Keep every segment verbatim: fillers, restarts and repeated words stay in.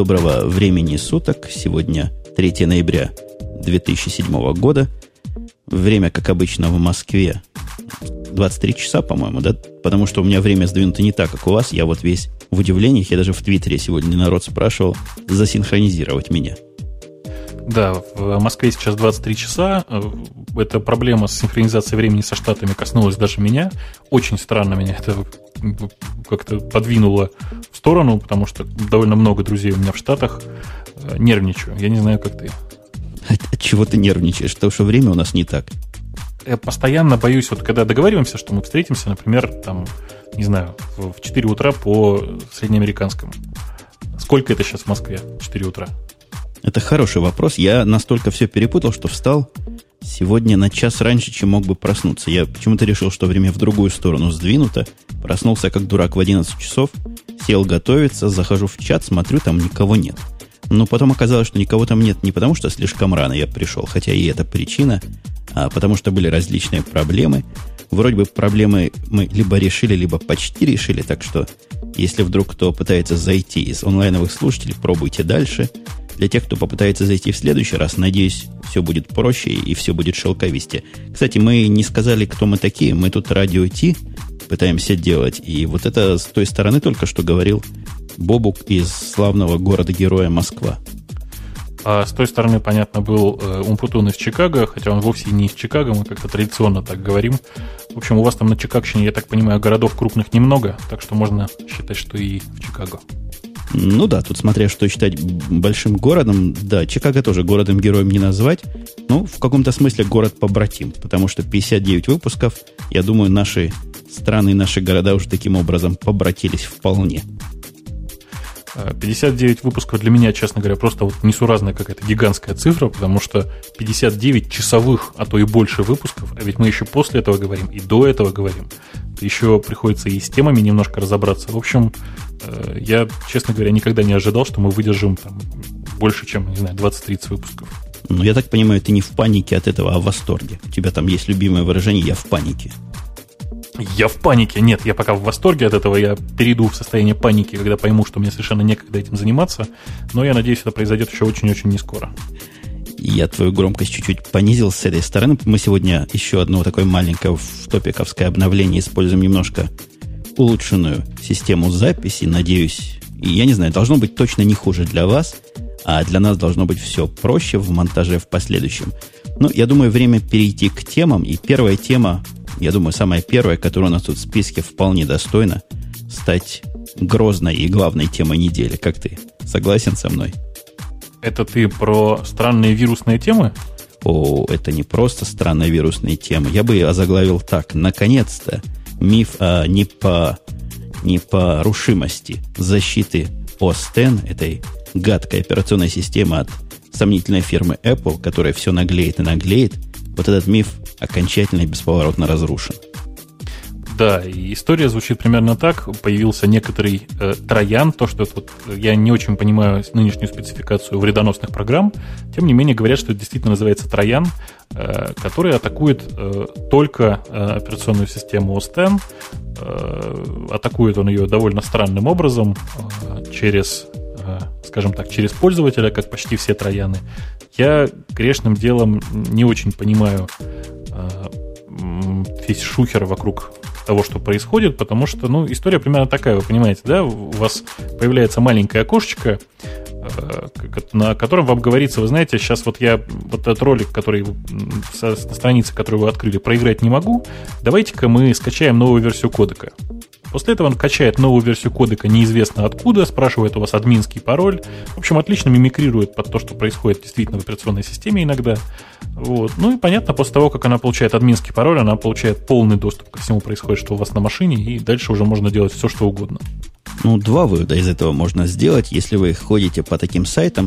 доброго времени суток. Сегодня третьего ноября две тысячи седьмого года. Время, как обычно, в Москве двадцать три часа, по-моему, да? Потому что у меня время сдвинуто не так, как у вас. Я вот весь в удивлениях. Я даже в Твиттере сегодня народ спрашивал засинхронизировать меня. Да, в Москве сейчас двадцать три часа. Эта проблема с синхронизацией времени со Штатами коснулась даже меня. Очень странно меня это как-то подвинуло в сторону, потому что довольно много друзей у меня в Штатах. Нервничаю. Я не знаю, как ты. От чего ты нервничаешь? Потому что время у нас не так. Я постоянно боюсь, вот когда договариваемся, что мы встретимся, например, там, не знаю, в четыре утра по среднеамериканскому. Сколько это сейчас в Москве? четыре утра. Это хороший вопрос. Я настолько все перепутал, что встал сегодня на час раньше, чем мог бы проснуться. Я почему-то решил, что время в другую сторону сдвинуто. Проснулся как дурак в одиннадцать часов, сел готовиться, захожу в чат, смотрю, там никого нет. Но потом оказалось, что никого там нет не потому, что слишком рано я пришел, хотя и это причина, а потому что были различные проблемы. Вроде бы проблемы мы либо решили, либо почти решили, так что если вдруг кто пытается зайти из онлайновых слушателей, пробуйте дальше. Для тех, кто попытается зайти в следующий раз, надеюсь, все будет проще и все будет шелковистее. Кстати, мы не сказали, кто мы такие. Мы тут радио Ти пытаемся делать. И вот это с той стороны только что говорил Бобук из славного города-героя Москва. А с той стороны, понятно, был э, Умпутун из Чикаго, хотя он вовсе не из Чикаго, мы как-то традиционно так говорим. В общем, у вас там на Чикагщине, я так понимаю, городов крупных немного, так что можно считать, что и в Чикаго. Ну да, тут смотря что считать большим городом, да, Чикаго тоже городом-героем не назвать, ну, в каком-то смысле город-побратим, потому что пятьдесят девять выпусков, я думаю, наши страны и наши города уже таким образом побратились вполне. пятьдесят девять выпусков для меня, честно говоря, просто вот несуразная какая-то гигантская цифра, потому что пятьдесят девять часовых, а то и больше выпусков, а ведь мы еще после этого говорим и до этого говорим. Еще приходится и с темами немножко разобраться. В общем, я, честно говоря, никогда не ожидал, что мы выдержим там больше, чем, не знаю, двадцать-тридцать выпусков. Ну, я так понимаю, ты не в панике от этого, а в восторге. У тебя там есть любимое выражение «я в панике». Я в панике. Нет, я пока в восторге от этого. Я перейду в состояние паники, когда пойму, что мне совершенно некогда этим заниматься. Но я надеюсь, это произойдет еще очень-очень не скоро. Я твою громкость чуть-чуть понизил с этой стороны. Мы сегодня еще одно такое маленькое топиковское обновление используем, немножко улучшенную систему записи. Надеюсь, и я не знаю, должно быть точно не хуже для вас, а для нас должно быть все проще в монтаже в последующем. Но я думаю, время перейти к темам. И первая тема, я думаю, самая первая, которая у нас тут в списке вполне достойна стать грозной и главной темой недели. Как ты? Согласен со мной? Это ты про странные вирусные темы? О, это не просто странные вирусные темы. Я бы озаглавил так. Наконец-то миф о непо, непорушимости защиты о эс икс, этой гадкой операционной системы от сомнительной фирмы Apple, которая все наглеет и наглеет, вот этот миф окончательно и бесповоротно разрушен. Да, и история звучит примерно так. Появился некоторый э, троян, то, что это вот, я не очень понимаю нынешнюю спецификацию вредоносных программ, тем не менее говорят, что это действительно называется троян, э, который атакует э, только э, операционную систему о эс икс. Э, атакует он ее довольно странным образом, э, через, э, скажем так, через пользователя, как почти все трояны. Я грешным делом не очень понимаю э, весь шухер вокруг того, что происходит, потому что, ну, история примерно такая, вы понимаете, да, у вас появляется маленькое окошечко, на котором вам говорится, вы знаете, сейчас вот я вот этот ролик, который со страницы, которую вы открыли, проиграть не могу, давайте-ка мы скачаем новую версию кодека. После этого он качает новую версию кодека неизвестно откуда, спрашивает у вас админский пароль. В общем, отлично мимикрирует под то, что происходит действительно в операционной системе иногда. Вот. Ну и понятно, после того, как она получает админский пароль, она получает полный доступ ко всему происходит, что у вас на машине, и дальше уже можно делать все, что угодно. Ну, два вывода из этого можно сделать. Если вы ходите по таким сайтам,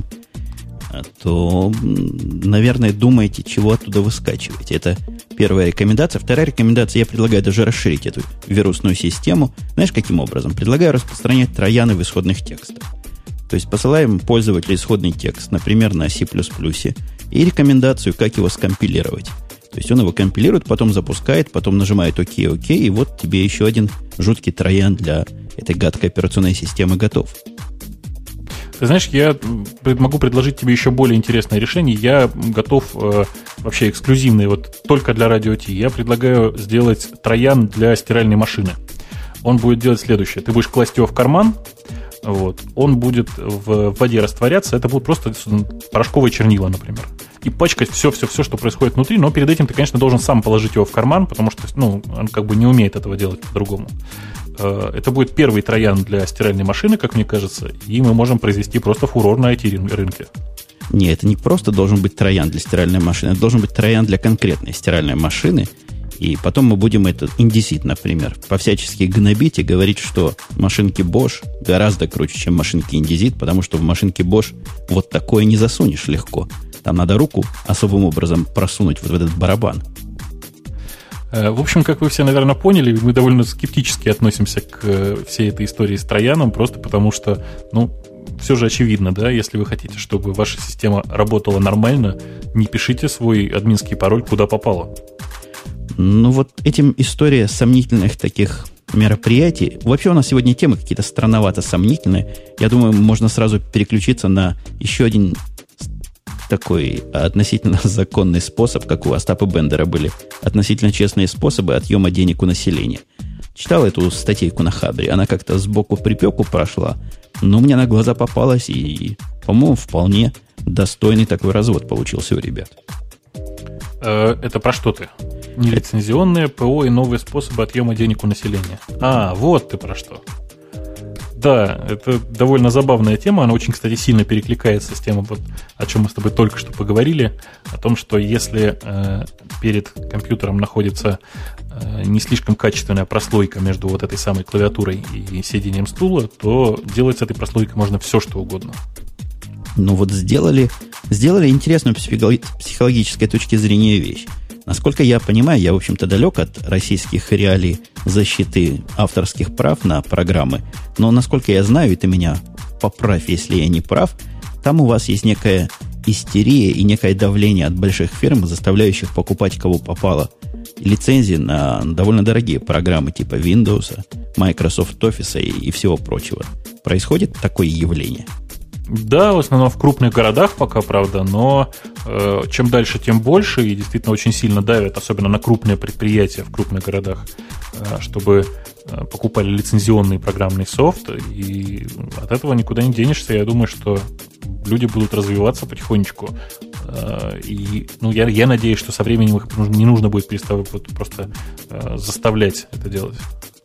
то, наверное, думаете, чего оттуда вы скачиваете. Это первая рекомендация. Вторая рекомендация, я предлагаю даже расширить эту вирусную систему. Знаешь, каким образом? Предлагаю распространять трояны в исходных текстах. То есть посылаем пользователю исходный текст, например, на C++, и рекомендацию, как его скомпилировать. То есть он его компилирует, потом запускает, потом нажимает ОК, ОК, и вот тебе еще один жуткий троян для этой гадкой операционной системы готов. Ты знаешь, я могу предложить тебе еще более интересное решение. Я готов э, вообще эксклюзивный, вот только для Радио Ти. Я предлагаю сделать троян для стиральной машины. Он будет делать следующее. Ты будешь класть его в карман, вот, он будет в воде растворяться. Это будут просто порошковые чернила, например. И пачкать все-все-все, что происходит внутри. Но перед этим ты, конечно, должен сам положить его в карман, потому что ну, он как бы не умеет этого делать по-другому. Это будет первый троян для стиральной машины, как мне кажется, и мы можем произвести просто фурор на ай ти-рынке. Не, это не просто должен быть троян для стиральной машины, это должен быть троян для конкретной стиральной машины, и потом мы будем этот индесит, например, по-всячески гнобить и говорить, что машинки Bosch гораздо круче, чем машинки индесит, потому что в машинке Bosch вот такое не засунешь легко. Там надо руку особым образом просунуть вот в этот барабан. В общем, как вы все, наверное, поняли, мы довольно скептически относимся к всей этой истории с трояном, просто потому что, ну, все же очевидно, да, если вы хотите, чтобы ваша система работала нормально, не пишите свой админский пароль куда попало. Ну, вот этим история сомнительных таких мероприятий. Вообще у нас сегодня темы какие-то странновато сомнительные. Я думаю, можно сразу переключиться на еще один такой относительно законный способ, как у Остапа Бендера были относительно честные способы отъема денег у населения. Читал эту статейку на Хабре, она как-то сбоку в припеку прошла, но мне на глаза попалась, и, по-моему, вполне достойный такой развод получился у ребят. Это про что ты? Нелицензионные ПО и новые способы отъема денег у населения. А, вот ты про что. Да, это довольно забавная тема. Она очень, кстати, сильно перекликается с тем, вот, о чем мы с тобой только что поговорили. О том, что если э, перед компьютером находится э, не слишком качественная прослойка между вот этой самой клавиатурой и сиденьем стула, то делать с этой прослойкой можно все, что угодно. Ну вот сделали, сделали интересную с психологической точки зрения вещь. Насколько я понимаю, я, в общем-то, далек от российских реалий защиты авторских прав на программы. Но, насколько я знаю, и ты меня поправь, если я не прав, там у вас есть некая истерия и некое давление от больших фирм, заставляющих покупать кого попало лицензии на довольно дорогие программы типа Windows, Microsoft Office и, и всего прочего. Происходит такое явление? Да, в основном в крупных городах пока, правда, но э, чем дальше, тем больше, и действительно очень сильно давят, особенно на крупные предприятия в крупных городах, э, чтобы э, покупали лицензионный программный софт, и от этого никуда не денешься. Я думаю, что люди будут развиваться потихонечку, э, и ну, я, я надеюсь, что со временем их не нужно будет переставать, вот, просто э, заставлять это делать.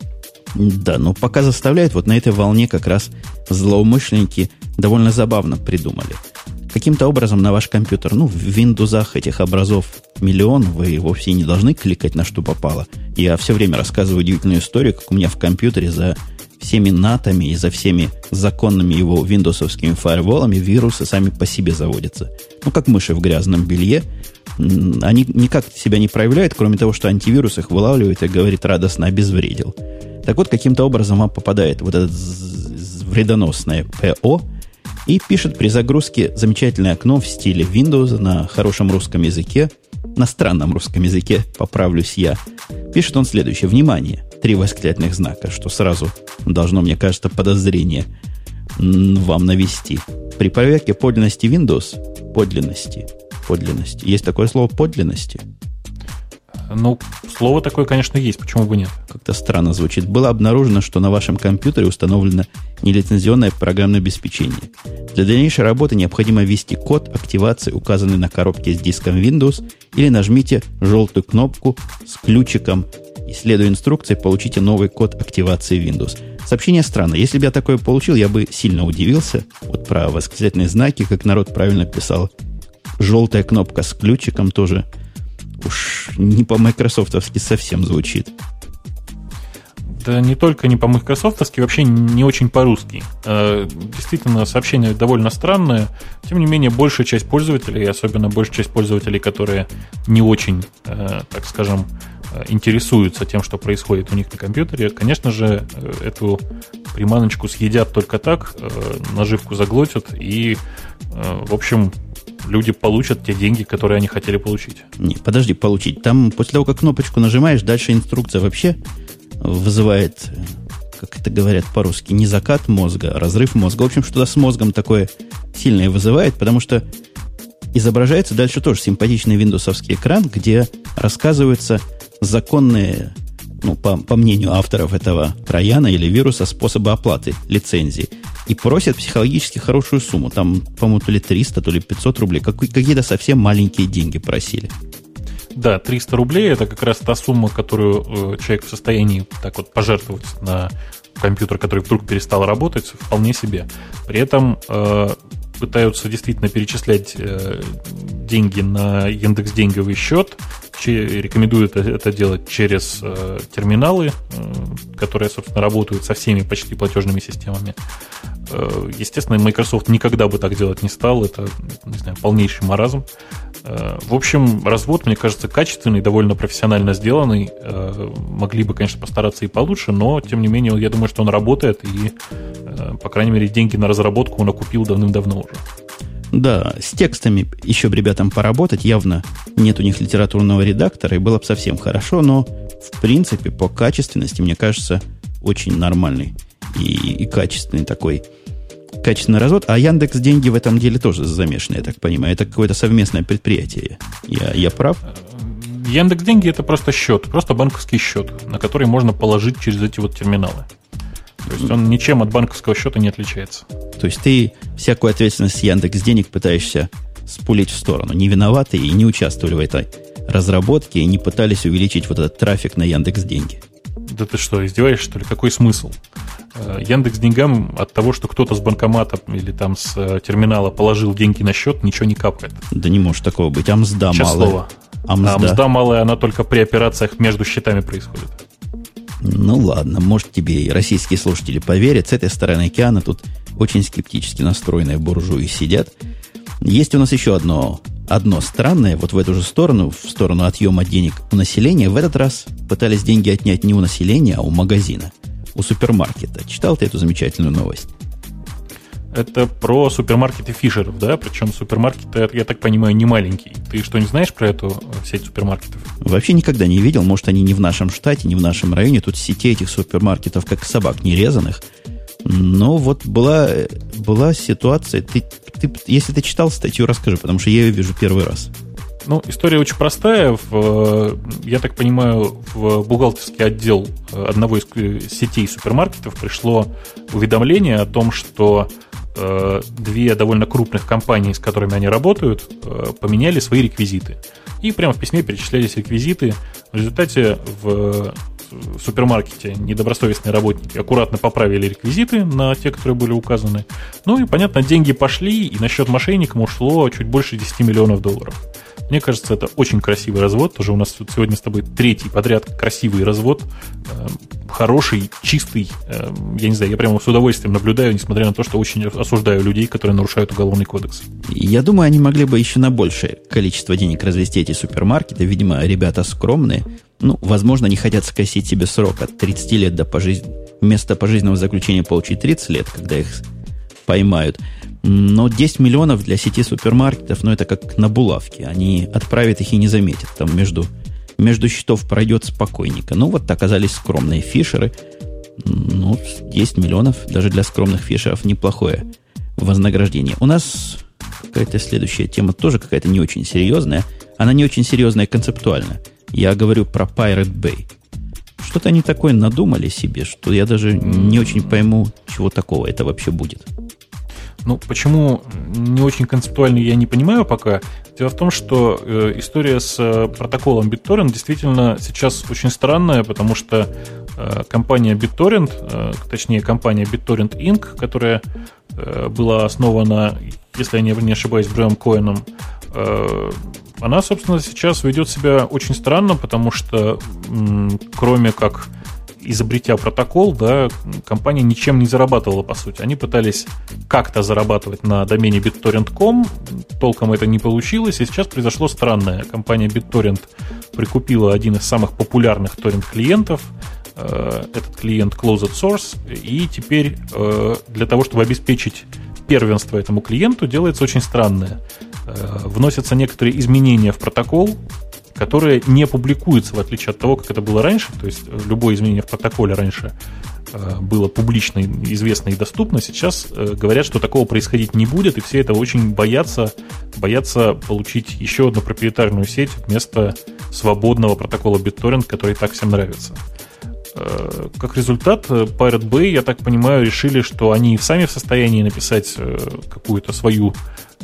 Да, но пока заставляют, вот на этой волне как раз злоумышленники довольно забавно придумали. Каким-то образом на ваш компьютер, ну, в Windows этих образов миллион, вы вовсе не должны кликать на что попало. Я все время рассказываю удивительную историю, как у меня в компьютере за всеми натами и за всеми законными его виндовсовскими фаерволами вирусы сами по себе заводятся. Ну, как мыши в грязном белье. Они никак себя не проявляют, кроме того, что антивирус их вылавливает и говорит радостно обезвредил. Так вот, каким-то образом вам попадает вот это вредоносное ПО и пишет при загрузке замечательное окно в стиле Windows на хорошем русском языке, на странном русском языке, поправлюсь я. Пишет он следующее. Внимание! Три восклицательных знака, что сразу должно, мне кажется, подозрение вам навести. При проверке подлинности Windows, подлинности, подлинности, есть такое слово подлинности? Ну, слово такое, конечно, есть. Почему бы нет? Как-то странно звучит. Было обнаружено, что на вашем компьютере установлено нелицензионное программное обеспечение. Для дальнейшей работы необходимо ввести код активации, указанный на коробке с диском Windows, или нажмите желтую кнопку с ключиком и, следуя инструкции, получите новый код активации Windows. Сообщение странно. Если бы я такое получил, я бы сильно удивился. Вот про восклицательные знаки, как народ правильно писал. Желтая кнопка с ключиком тоже уж не по-майкрософтовски совсем звучит. Да не только не по-майкрософтовски, вообще не очень по-русски. Действительно, сообщение довольно странное. Тем не менее, большая часть пользователей, особенно большая часть пользователей, которые не очень, так скажем, интересуются тем, что происходит у них на компьютере, конечно же, эту приманочку съедят только так, наживку заглотят и, в общем, люди получат те деньги, которые они хотели получить. Не, подожди, получить. Там после того, как кнопочку нажимаешь, дальше инструкция вообще вызывает как это говорят по-русски, не закат мозга, а разрыв мозга. В общем, что-то с мозгом такое сильное вызывает, потому что изображается дальше тоже симпатичный виндовсовский экран, где рассказываются законные, ну, по, по мнению авторов этого трояна или вируса, способы оплаты лицензии. И просят психологически хорошую сумму. Там, по-моему, то ли триста, то ли пятьсот рублей. Как, какие-то совсем маленькие деньги просили. Да, триста рублей – это как раз та сумма, которую э, человек в состоянии так вот пожертвовать на компьютер, который вдруг перестал работать, вполне себе. При этом э, пытаются действительно перечислять э, деньги на Яндекс.Деньговый счет, че, рекомендуют это, это делать через э, терминалы, э, которые, собственно, работают со всеми почти платежными системами. Э, естественно, Microsoft никогда бы так делать не стал, это, не знаю, полнейший маразм. В общем, развод, мне кажется, качественный, довольно профессионально сделанный. Могли бы, конечно, постараться и получше, но, тем не менее, я думаю, что он работает, и, по крайней мере, деньги на разработку он окупил давным-давно уже. Да, с текстами еще бы ребятам поработать. Явно нет у них литературного редактора, и было бы совсем хорошо, но, в принципе, по качественности, мне кажется, очень нормальный и, и качественный такой качественный развод, а Яндекс деньги в этом деле тоже замешаны, я так понимаю. Это какое-то совместное предприятие. Я, я прав? Яндекс деньги это просто счет, просто банковский счет, на который можно положить через эти вот терминалы. То есть он ничем от банковского счета не отличается. То есть ты всякую ответственность с Яндекс денег пытаешься спулить в сторону. Не виноваты и не участвовали в этой разработке и не пытались увеличить вот этот трафик на Яндекс деньги. Да ты что, издеваешься, что ли? Какой смысл? Яндекс деньгам от того, что кто-то с банкомата или там с терминала положил деньги на счет, ничего не капает. Да не может такого быть. Амзда малая. Слово. Амзда. А амзда малая, она только при операциях между счетами происходит. Ну ладно, может тебе и российские слушатели поверят. С этой стороны океана тут очень скептически настроенные буржуи сидят. Есть у нас еще одно, одно странное, вот в эту же сторону, в сторону отъема денег у населения. В этот раз пытались деньги отнять не у населения, а у магазина. У супермаркета. Читал ты эту замечательную новость? Это про супермаркеты Фишеров, да? Причем супермаркеты, я так понимаю, не маленькие. Ты что, не знаешь про эту сеть супермаркетов? Вообще никогда не видел. Может, они не в нашем штате, не в нашем районе. Тут сетей этих супермаркетов, как собак нерезанных. Но вот была, была ситуация. Ты, ты, если ты читал статью, расскажи, потому что я ее вижу первый раз. Ну, история очень простая. В, я так понимаю, в бухгалтерский отдел одного из сетей супермаркетов пришло уведомление о том, что э, две довольно крупных компании, с которыми они работают, э, поменяли свои реквизиты. И прямо в письме перечислялись реквизиты. В результате в супермаркете недобросовестные работники аккуратно поправили реквизиты на те, которые были указаны. Ну и, понятно, деньги пошли, и на счет мошенникам ушло чуть больше десять миллионов долларов. Мне кажется, это очень красивый развод. Тоже у нас сегодня с тобой третий подряд красивый развод. Хороший, чистый. Я не знаю, я прямо с удовольствием наблюдаю, несмотря на то, что очень осуждаю людей, которые нарушают уголовный кодекс. Я думаю, они могли бы еще на большее количество денег развести эти супермаркеты. Видимо, ребята скромные. Ну, возможно, не хотят скосить себе срок от тридцати лет до пожизнь... вместо пожизненного заключения получить тридцать лет, когда их поймают. Но десять миллионов для сети супермаркетов, ну, это как на булавке. Они отправят их и не заметят. Там между, между счетов пройдет спокойненько. Ну, вот оказались скромные фишеры. Ну, десять миллионов даже для скромных фишеров неплохое вознаграждение. У нас какая-то следующая тема тоже какая-то не очень серьезная. Она не очень серьезная концептуально. Я говорю про Pirate Bay. Что-то они такое надумали себе, что я даже не очень пойму, чего такого это вообще будет. Ну, почему не очень концептуально, я не понимаю пока. Дело в том, что э, история с э, протоколом BitTorrent действительно сейчас очень странная, потому что э, компания BitTorrent, э, точнее компания BitTorrent инк, которая э, была основана, если я не ошибаюсь, Джоем Коэном, э, она, собственно, сейчас ведет себя очень странно, потому что м, кроме как изобретя протокол, да, компания ничем не зарабатывала, по сути. Они пытались как-то зарабатывать на домене BitTorrent точка ком, толком это не получилось, и сейчас произошло странное. Компания BitTorrent прикупила один из самых популярных торрент-клиентов, этот клиент Closed Source, и теперь для того, чтобы обеспечить первенство этому клиенту, делается очень странное. Вносятся некоторые изменения в протокол, которые не публикуются, в отличие от того, как это было раньше. То есть любое изменение в протоколе раньше было публично известно и доступно, сейчас говорят, что такого происходить не будет, и все это очень боятся, боятся получить еще одну проприетарную сеть вместо свободного протокола BitTorrent, который так всем нравится. Как результат, Pirate Bay, я так понимаю, решили, что они сами в состоянии написать какую-то свою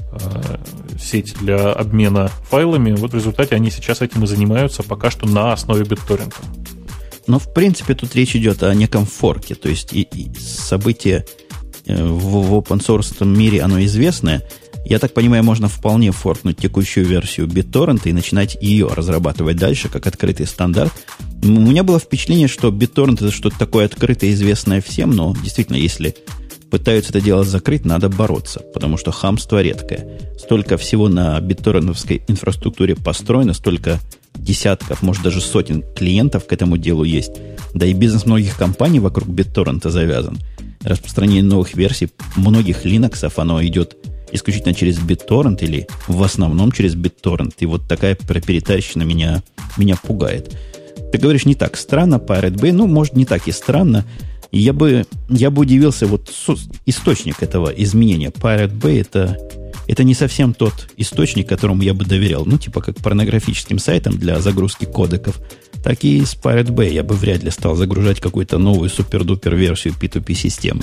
сеть для обмена файлами. Вот в результате они сейчас этим и занимаются, пока что на основе BitTorrent. Но, в принципе, тут речь идет о неком форке. То есть и, и событие в, в open-source мире, оно известное. Я так понимаю, можно вполне форкнуть текущую версию BitTorrent и начинать ее разрабатывать дальше, как открытый стандарт. У меня было впечатление, что BitTorrent это что-то такое открытое, известное всем, но действительно, если пытаются это дело закрыть, надо бороться, потому что хамство редкое. Столько всего на BitTorrent'овской инфраструктуре построено, столько десятков, может даже сотен клиентов к этому делу есть. Да и бизнес многих компаний вокруг BitTorrent завязан. Распространение новых версий многих Linux, оно идет исключительно через BitTorrent или в основном через BitTorrent. И вот такая проприетарщина меня, меня пугает. Ты говоришь, не так странно, Pirate Bay. Ну, может, не так и странно. Я бы, я бы удивился, вот источник этого изменения. Pirate Bay это, это не совсем тот источник, которому я бы доверял. Ну, типа как порнографическим сайтам для загрузки кодеков, так и с Pirate Bay я бы вряд ли стал загружать какую-то новую супер-дупер версию пи ту пи-системы.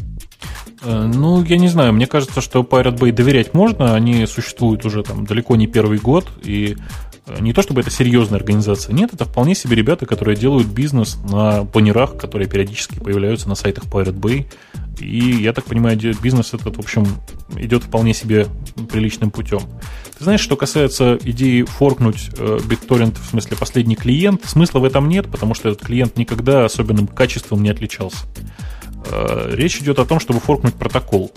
Ну, я не знаю, мне кажется, что Pirate Bay доверять можно, они существуют уже там далеко не первый год, и не то чтобы это серьезная организация, нет, это вполне себе ребята, которые делают бизнес на баннерах, которые периодически появляются на сайтах Pirate Bay, и, я так понимаю, бизнес этот, в общем, идет вполне себе приличным путем. Ты знаешь, что касается идеи форкнуть BitTorrent, в смысле последний клиент, смысла в этом нет, потому что этот клиент никогда особенным качеством не отличался. Речь идет о том, чтобы форкнуть протокол.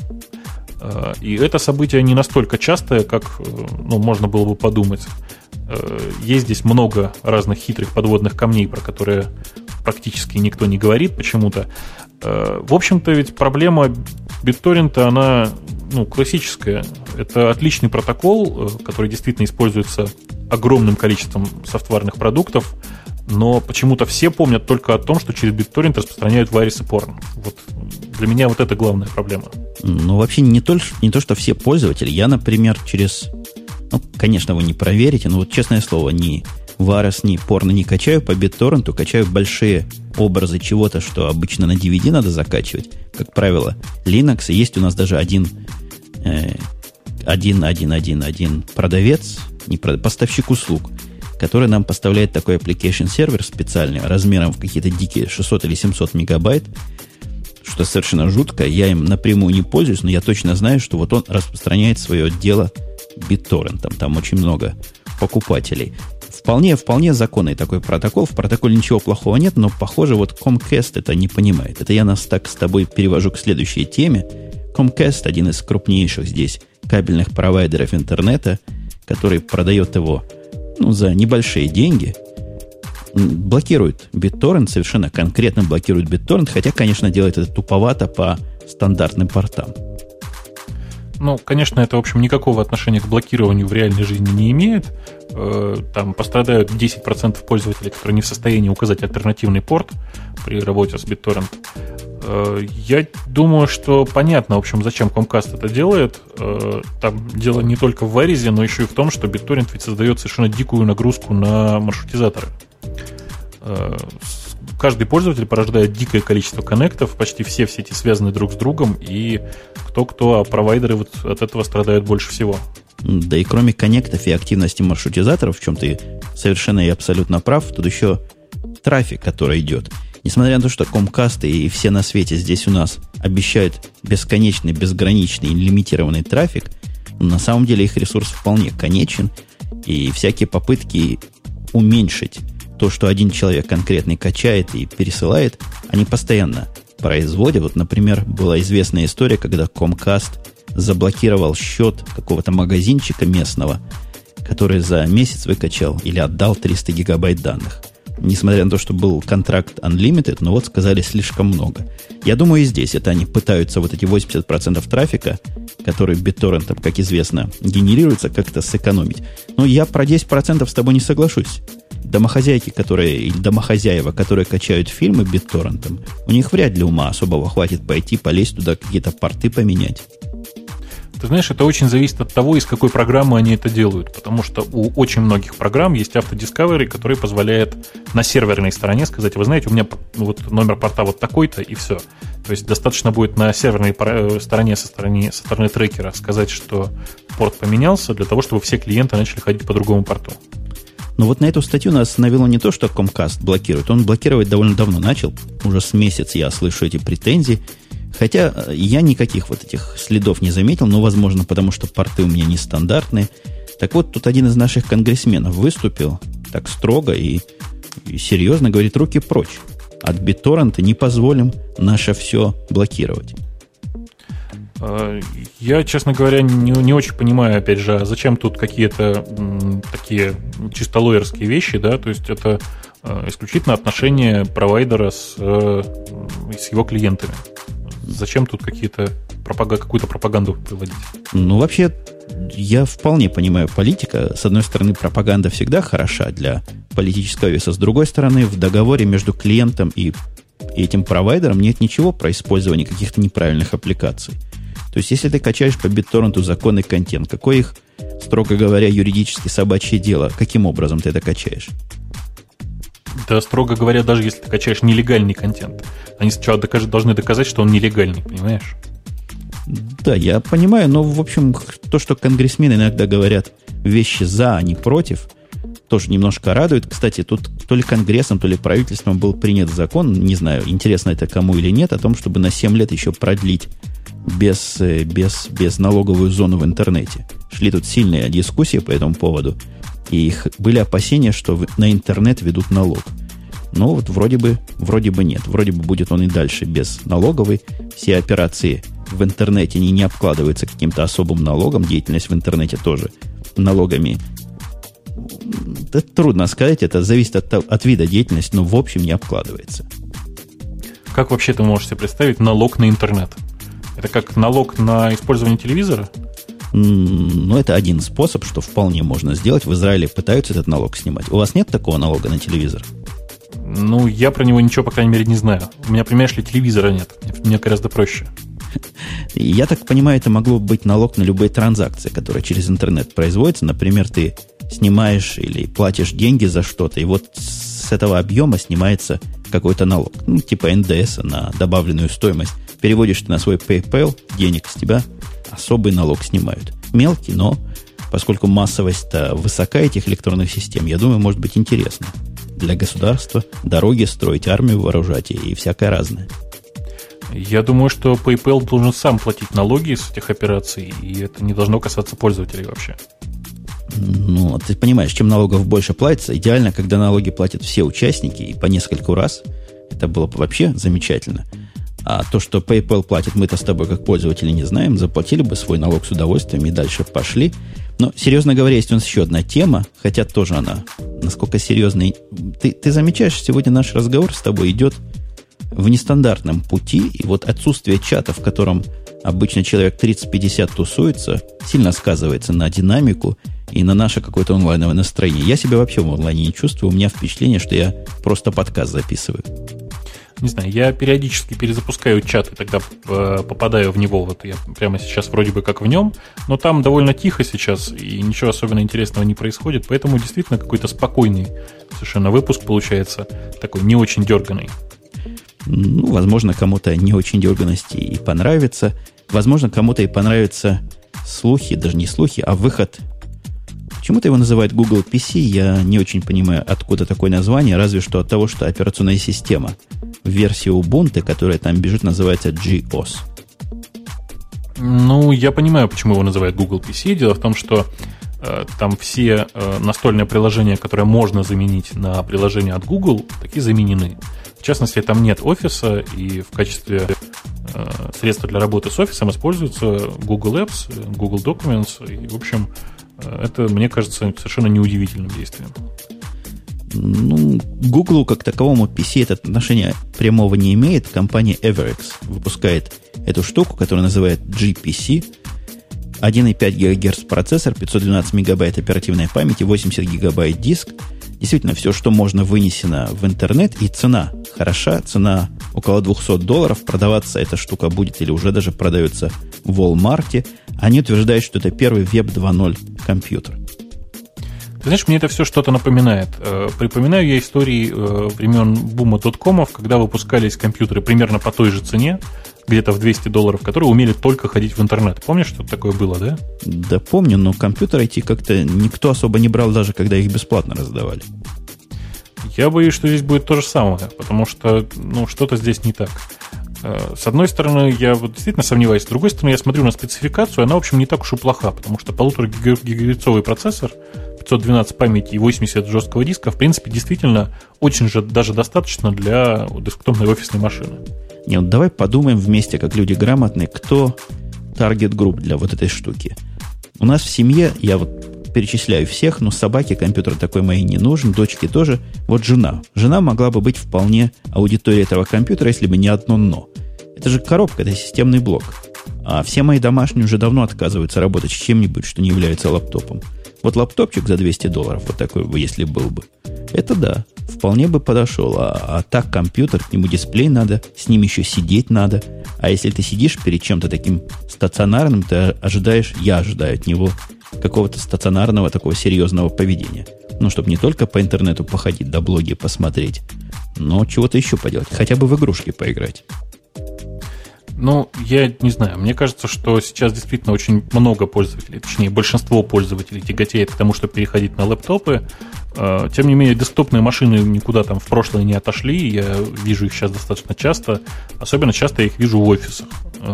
И это событие не настолько частое, как ну, можно было бы подумать. Есть здесь много разных хитрых подводных камней, про которые практически никто не говорит почему-то. В общем-то, ведь проблема BitTorrent, она ну, классическая. Это отличный протокол, который действительно используется огромным количеством софтварных продуктов, но почему-то все помнят только о том, что через BitTorrent распространяют вайрес и порн. Вот для меня вот это главная проблема. Ну, вообще не то, не то, что все пользователи. Я, например, через... Ну, конечно, вы не проверите, но вот честное слово, ни вайрес, ни порно не качаю по BitTorrent, качаю большие образы чего-то, что обычно на ди ви ди надо закачивать. Как правило, Linux. Есть у нас даже один... Э, один, один, один, один продавец, не продавец, поставщик услуг, который нам поставляет такой application сервер специальный, размером в какие-то дикие шестьсот или семьсот мегабайт, что совершенно жутко. Я им напрямую не пользуюсь, но я точно знаю, что вот он распространяет свое дело BitTorrent. Там очень много покупателей. Вполне, вполне законный такой протокол. В протоколе ничего плохого нет, но, похоже, вот Comcast это не понимает. Это я нас так с тобой перевожу к следующей теме. Comcast, один из крупнейших здесь кабельных провайдеров интернета, который продает его ну, за небольшие деньги, блокирует BitTorrent, совершенно конкретно блокирует BitTorrent, хотя, конечно, делает это туповато по стандартным портам. Ну, конечно, это, в общем, никакого отношения к блокированию в реальной жизни не имеет. Там пострадают десять процентов пользователей, которые не в состоянии указать альтернативный порт при работе с BitTorrent. Я думаю, что понятно, в общем, зачем Comcast это делает. Там дело не только в вайрезе, но еще и в том, что BitTorrent ведь создает совершенно дикую нагрузку на маршрутизаторы. Каждый пользователь порождает дикое количество коннектов, почти все в сети связаны друг с другом, и кто-кто, а провайдеры вот от этого страдают больше всего. Да и кроме коннектов и активности маршрутизаторов, в чем ты совершенно и абсолютно прав, тут еще трафик, который идет. Несмотря на то, что Comcast и все на свете здесь у нас обещают бесконечный, безграничный, лимитированный трафик, на самом деле их ресурс вполне конечен, и всякие попытки уменьшить то, что один человек конкретный качает и пересылает, они постоянно производят. Вот, например, была известная история, когда Comcast заблокировал счет какого-то магазинчика местного, который за месяц выкачал или отдал триста гигабайт данных. Несмотря на то, что был контракт Unlimited, но вот сказали слишком много. Я думаю, и здесь это они пытаются вот эти восемьдесят процентов трафика, который BitTorrent, как известно, генерируется, как-то сэкономить. Но я про десять процентов с тобой не соглашусь. домохозяйки, которые, или домохозяева, которые качают фильмы битторрентом, у них вряд ли ума особого хватит пойти, полезть туда, какие-то порты поменять. Ты знаешь, это очень зависит от того, из какой программы они это делают, потому что у очень многих программ есть автодискавери, который позволяет на серверной стороне сказать: вы знаете, у меня вот номер порта вот такой-то, и все. То есть достаточно будет на серверной стороне со стороны, со стороны трекера сказать, что порт поменялся, для того, чтобы все клиенты начали ходить по другому порту. Но вот на эту статью нас навело не то, что Comcast блокирует. Он блокировать довольно давно начал. Уже с месяц я слышу эти претензии. Хотя я никаких вот этих следов не заметил, но, возможно, потому что порты у меня нестандартные. Так вот, тут один из наших конгрессменов выступил так строго и, и серьезно говорит: руки прочь. От BitTorrent не позволим наше все блокировать. Я, честно говоря, не, не очень понимаю, опять же, зачем тут какие-то м, такие чисто лоерские вещи, да, то есть это э, исключительно отношения провайдера с, э, с его клиентами. Зачем тут какие-то пропаг... какую-то пропаганду проводить? Ну, вообще, я вполне понимаю политика. С одной стороны, пропаганда всегда хороша для политического веса. С другой стороны, в договоре между клиентом и этим провайдером нет ничего про использование каких-то неправильных аппликаций. То есть, если ты качаешь по BitTorrent законный контент, какой их, строго говоря, юридически собачье дело? Каким образом ты это качаешь? Да, строго говоря, даже если ты качаешь нелегальный контент, они сначала докажут, должны доказать, что он нелегальный, понимаешь? Да, я понимаю, но, в общем, то, что конгрессмены иногда говорят вещи за, а не против, тоже немножко радует. Кстати, тут то ли Конгрессом, то ли правительством был принят закон, не знаю, интересно это кому или нет, о том, чтобы на семь лет еще продлить без, без, без налоговую зону в интернете. Шли тут сильные дискуссии по этому поводу, и их были опасения, что на интернет ведут налог. Но вот вроде бы, вроде бы нет. Вроде бы будет он и дальше без налоговой. Все операции в интернете не, не обкладываются каким-то особым налогом. Деятельность в интернете тоже налогами. Это трудно сказать, это зависит от, от вида деятельности, но в общем не обкладывается. Как вообще ты можешь себе представить налог на интернет? Это как налог на использование телевизора? Ну, это один способ, что вполне можно сделать. В Израиле пытаются этот налог снимать. У вас нет такого налога на телевизор? Ну, я про него ничего, по крайней мере, не знаю. У меня, понимаешь ли, телевизора нет. Мне гораздо проще. Я так понимаю, это могло быть налог на любые транзакции, которые через интернет производятся. Например, ты снимаешь или платишь деньги за что-то, и вот с этого объема снимается какой-то налог. Ну, типа эн дэ эс на добавленную стоимость. Переводишь ты на свой PayPal, денег с тебя особый налог снимают. Мелкий, но поскольку массовость-то высока этих электронных систем, я думаю, может быть интересно для государства дороги строить, армию вооружать и всякое разное. Я думаю, что PayPal должен сам платить налоги с этих операций, и это не должно касаться пользователей вообще. Ну, ты понимаешь, чем налогов больше платится, идеально, когда налоги платят все участники и по нескольку раз. Это было бы вообще замечательно. А то, что PayPal платит, мы-то с тобой как пользователи не знаем, заплатили бы свой налог с удовольствием и дальше пошли. Но, серьезно говоря, есть у нас еще одна тема, хотя тоже она, насколько серьезная. Ты, ты замечаешь, сегодня наш разговор с тобой идет в нестандартном пути, и вот отсутствие чата, в котором обычно человек тридцать-пятьдесят тусуется, сильно сказывается на динамику и на наше какое-то онлайновое настроение. Я себя вообще в онлайне не чувствую, у меня впечатление, что я просто подкаст записываю. Не знаю, я периодически перезапускаю чат и тогда попадаю в него. Вот я прямо сейчас вроде бы как в нем, но там довольно тихо сейчас, и ничего особенно интересного не происходит, поэтому действительно какой-то спокойный совершенно выпуск получается, такой не очень дерганый. Ну, возможно, кому-то не очень дерганости и понравится. Возможно, кому-то и понравятся слухи, даже не слухи, а выход. Почему-то его называют Google пи си. Я не очень понимаю, откуда такое название, разве что от того, что операционная система в версии Ubuntu, которая там бежит, называется джи о эс. Ну, я понимаю, почему его называют Google пи си. Дело в том, что э, там все э, настольные приложения, которые можно заменить на приложения от Google, такие заменены. В частности, там нет офиса, и в качестве э, средства для работы с офисом используются Google Apps, Google Documents. И, в общем, э, это, мне кажется, совершенно неудивительным действием. Ну, Google как таковому пи си это отношение прямого не имеет. Компания Everex выпускает эту штуку, которая называет джи пи си. один и пять гигагерц процессор, пятьсот двенадцать мегабайт оперативной памяти, восемьдесят гигабайт диск. Действительно, все, что можно, вынесено в интернет, и цена хороша, цена около двести долларов, продаваться эта штука будет или уже даже продается в Walmart. Они утверждают, что это первый веб два ноль компьютер. Ты знаешь, мне это все что-то напоминает. Припоминаю я истории времен бума доткомов, когда выпускались компьютеры примерно по той же цене, где-то в двести долларов, которые умели только ходить в интернет. Помнишь, что такое было, да? Да, помню, но компьютеры эти как-то никто особо не брал, даже когда их бесплатно раздавали. Я боюсь, что здесь будет то же самое, потому что, ну, что-то здесь не так. С одной стороны, я вот действительно сомневаюсь, с другой стороны, я смотрю на спецификацию, она, в общем, не так уж и плоха, потому что полуторагигагерцовый процессор, пятьсот двенадцать памяти и восемьдесят жесткого диска, в принципе, действительно очень же даже достаточно для десктопной офисной машины. Не, вот давай подумаем вместе, как люди грамотные, кто таргет групп для вот этой штуки. У нас в семье, я вот перечисляю всех, но собаке компьютер такой моей не нужен, дочке тоже. Вот жена. Жена могла бы быть вполне аудиторией этого компьютера, если бы не одно «но». Это же коробка, это системный блок. А все мои домашние уже давно отказываются работать с чем-нибудь, что не является лаптопом. Вот лаптопчик за двести долларов, вот такой бы, если был бы. Это да, вполне бы подошел. А, а так компьютер, к нему дисплей надо, с ним еще сидеть надо. А если ты сидишь перед чем-то таким стационарным, ты ожидаешь, я ожидаю от него какого-то стационарного такого серьезного поведения. Ну, чтобы не только по интернету походить, да блоги посмотреть, но чего-то еще поделать. Хотя бы в игрушки поиграть. Ну, я не знаю. Мне кажется, что сейчас действительно очень много пользователей, точнее, большинство пользователей тяготеет к тому, чтобы переходить на лэптопы. Тем не менее, десктопные машины никуда там в прошлое не отошли. Я вижу их сейчас достаточно часто. Особенно часто я их вижу в офисах.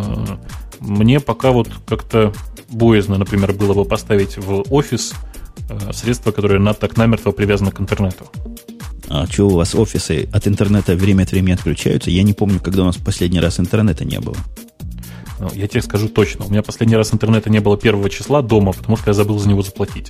Мне пока вот как-то боязно, например, было бы поставить в офис средства, которые на, так намертво привязаны к интернету. А что у вас офисы от интернета время от времени отключаются? Я не помню, когда у нас в последний раз интернета не было. Ну, я тебе скажу точно. У меня последний раз интернета не было первого числа дома, потому что я забыл за него заплатить.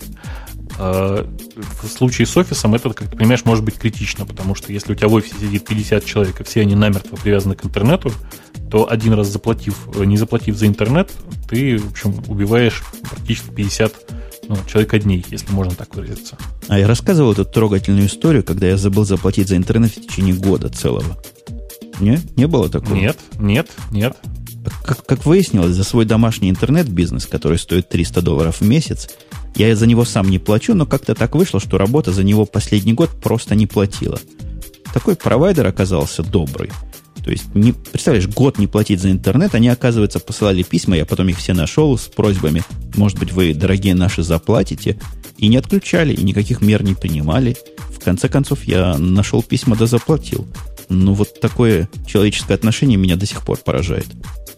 В случае с офисом это, как ты понимаешь, может быть критично, потому что если у тебя в офисе сидит пятьдесят человек, и все они намертво привязаны к интернету, то один раз заплатив, не заплатив за интернет, ты, в общем, убиваешь практически пятьдесят ну, человека дней, если можно так выразиться. А я рассказывал эту трогательную историю, когда я забыл заплатить за интернет в течение года целого. Не? Не было такого? Нет, нет, нет. Как, как выяснилось, за свой домашний интернет-бизнес, который стоит триста долларов в месяц, я за него сам не плачу, но как-то так вышло, что работа за него последний год просто не платила. Такой провайдер оказался добрый. То есть, не, представляешь, год не платить за интернет, они, оказывается, посылали письма, я потом их все нашел с просьбами, может быть, вы, дорогие наши, заплатите, и не отключали, и никаких мер не принимали. В конце концов, я нашел письма, да заплатил. Ну, вот такое человеческое отношение меня до сих пор поражает.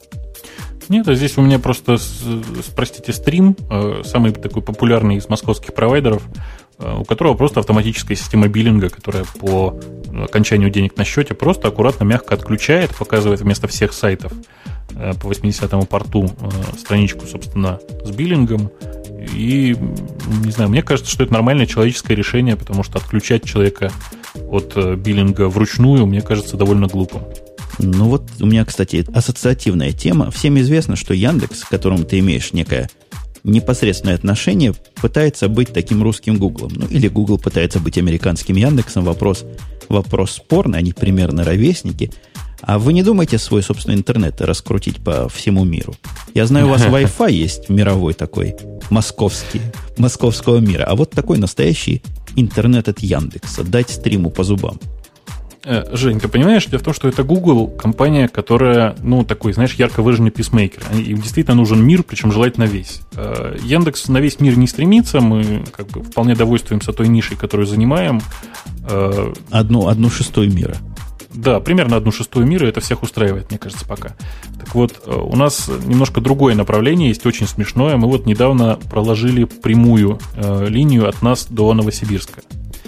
Нет, а здесь у меня просто, простите, стрим, самый такой популярный из московских провайдеров, у которого просто автоматическая система биллинга, которая по окончанию денег на счете просто аккуратно, мягко отключает, показывает вместо всех сайтов по восьмидесятому порту страничку, собственно, с биллингом. И, не знаю, мне кажется, что это нормальное человеческое решение, потому что отключать человека от биллинга вручную, мне кажется, довольно глупо. Ну вот у меня, кстати, ассоциативная тема. Всем известно, что Яндекс, к которому ты имеешь некое непосредственное отношение, пытается быть таким русским Гуглом. Ну, или Google пытается быть американским Яндексом. Вопрос, вопрос спорный, они примерно ровесники. А вы не думаете свой собственный интернет раскрутить по всему миру? Я знаю, у вас Wi-Fi есть мировой такой, московский, московского мира. А вот такой настоящий интернет от Яндекса. Дать стриму по зубам. Жень, ты понимаешь, дело в том, что это Google, компания, которая, ну, такой, знаешь, ярко выраженный писмейкер. Им действительно нужен мир, причем желательно весь. Яндекс на весь мир не стремится, мы как бы вполне довольствуемся той нишей, которую занимаем. Одну, одну шестую мира. Да, примерно одну шестую мира, это всех устраивает, мне кажется, пока. Так вот, у нас немножко другое направление есть, очень смешное. Мы вот недавно проложили прямую линию от нас до Новосибирска.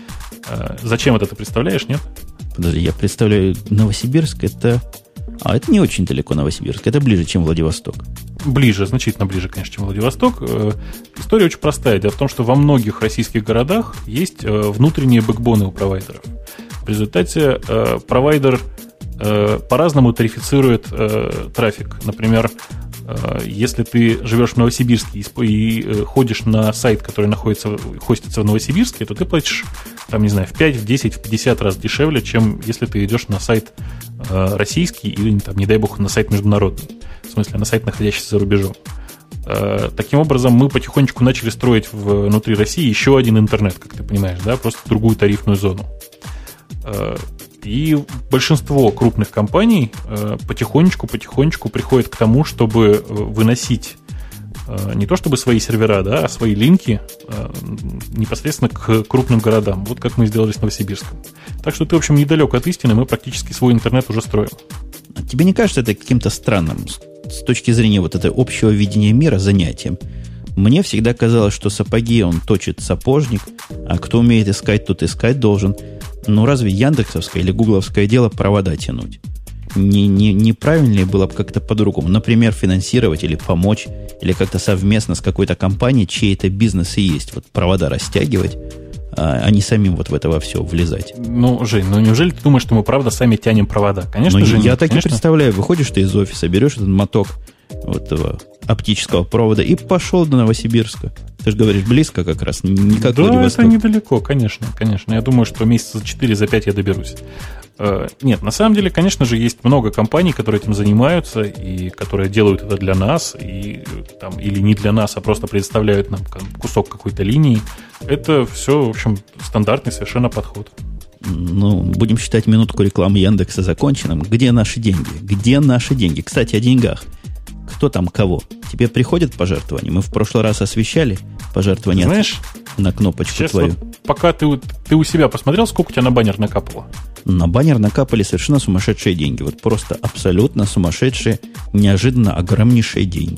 Зачем это ты представляешь, нет? Подожди, я представляю, Новосибирск это... А, это не очень далеко Новосибирск, это ближе, чем Владивосток. Ближе, значительно ближе, конечно, чем Владивосток. История очень простая. Дело в том, что во многих российских городах есть внутренние бэкбоны у провайдеров. В результате провайдер по-разному тарифицирует трафик. Например, Если ты живешь в Новосибирске и ходишь на сайт, который находится, хостится в Новосибирске, то ты платишь, там, не знаю, в пять, в десять, в пятьдесят раз дешевле, чем если ты идешь на сайт российский или, там, не дай бог, на сайт международный. В смысле, на сайт, находящийся за рубежом. Таким образом, мы потихонечку начали строить внутри России еще один интернет, как ты понимаешь, да, просто другую тарифную зону. И большинство крупных компаний потихонечку-потихонечку приходит к тому, чтобы выносить не то чтобы свои сервера, да, а свои линки непосредственно к крупным городам. Вот как мы сделали с Новосибирском. Так что ты, в общем, недалек от истины, мы практически свой интернет уже строим. Тебе не кажется это каким-то странным с точки зрения вот этого общего видения мира занятием? Мне всегда казалось, что сапоги он точит сапожник, а кто умеет искать, тот искать должен. Ну, разве яндексовское или гугловское дело провода тянуть? Не, не, неправильнее было бы как-то по-другому. Например, финансировать или помочь, или как-то совместно с какой-то компанией, чей это бизнес и есть, вот провода растягивать, а, а не самим вот в это во все влезать. Ну, Жень, ну неужели ты думаешь, что мы правда сами тянем провода? Конечно ну, же я нет, так конечно. И представляю, выходишь ты из офиса, берешь этот моток вот этого оптического провода и пошел до Новосибирска. Ты же говоришь, близко как раз, не как да, Владивосток. Это недалеко, конечно, конечно. Я думаю, что месяца за четыре, за пять я доберусь. Нет, на самом деле, конечно же, есть много компаний, которые этим занимаются и которые делают это для нас, и, там, или не для нас, а просто предоставляют нам кусок какой-то линии. Это все, в общем, стандартный совершенно подход. Ну, будем считать минутку рекламы Яндекса законченным. Где наши деньги? Где наши деньги? Кстати, о деньгах. Кто там кого? Тебе приходят пожертвования? Мы в прошлый раз освещали пожертвования. Знаешь, на кнопочку сейчас твою. Вот, пока ты, ты у себя посмотрел, сколько у тебя на баннер накапало? На баннер накапали совершенно сумасшедшие деньги. Вот просто абсолютно сумасшедшие, неожиданно огромнейшие деньги.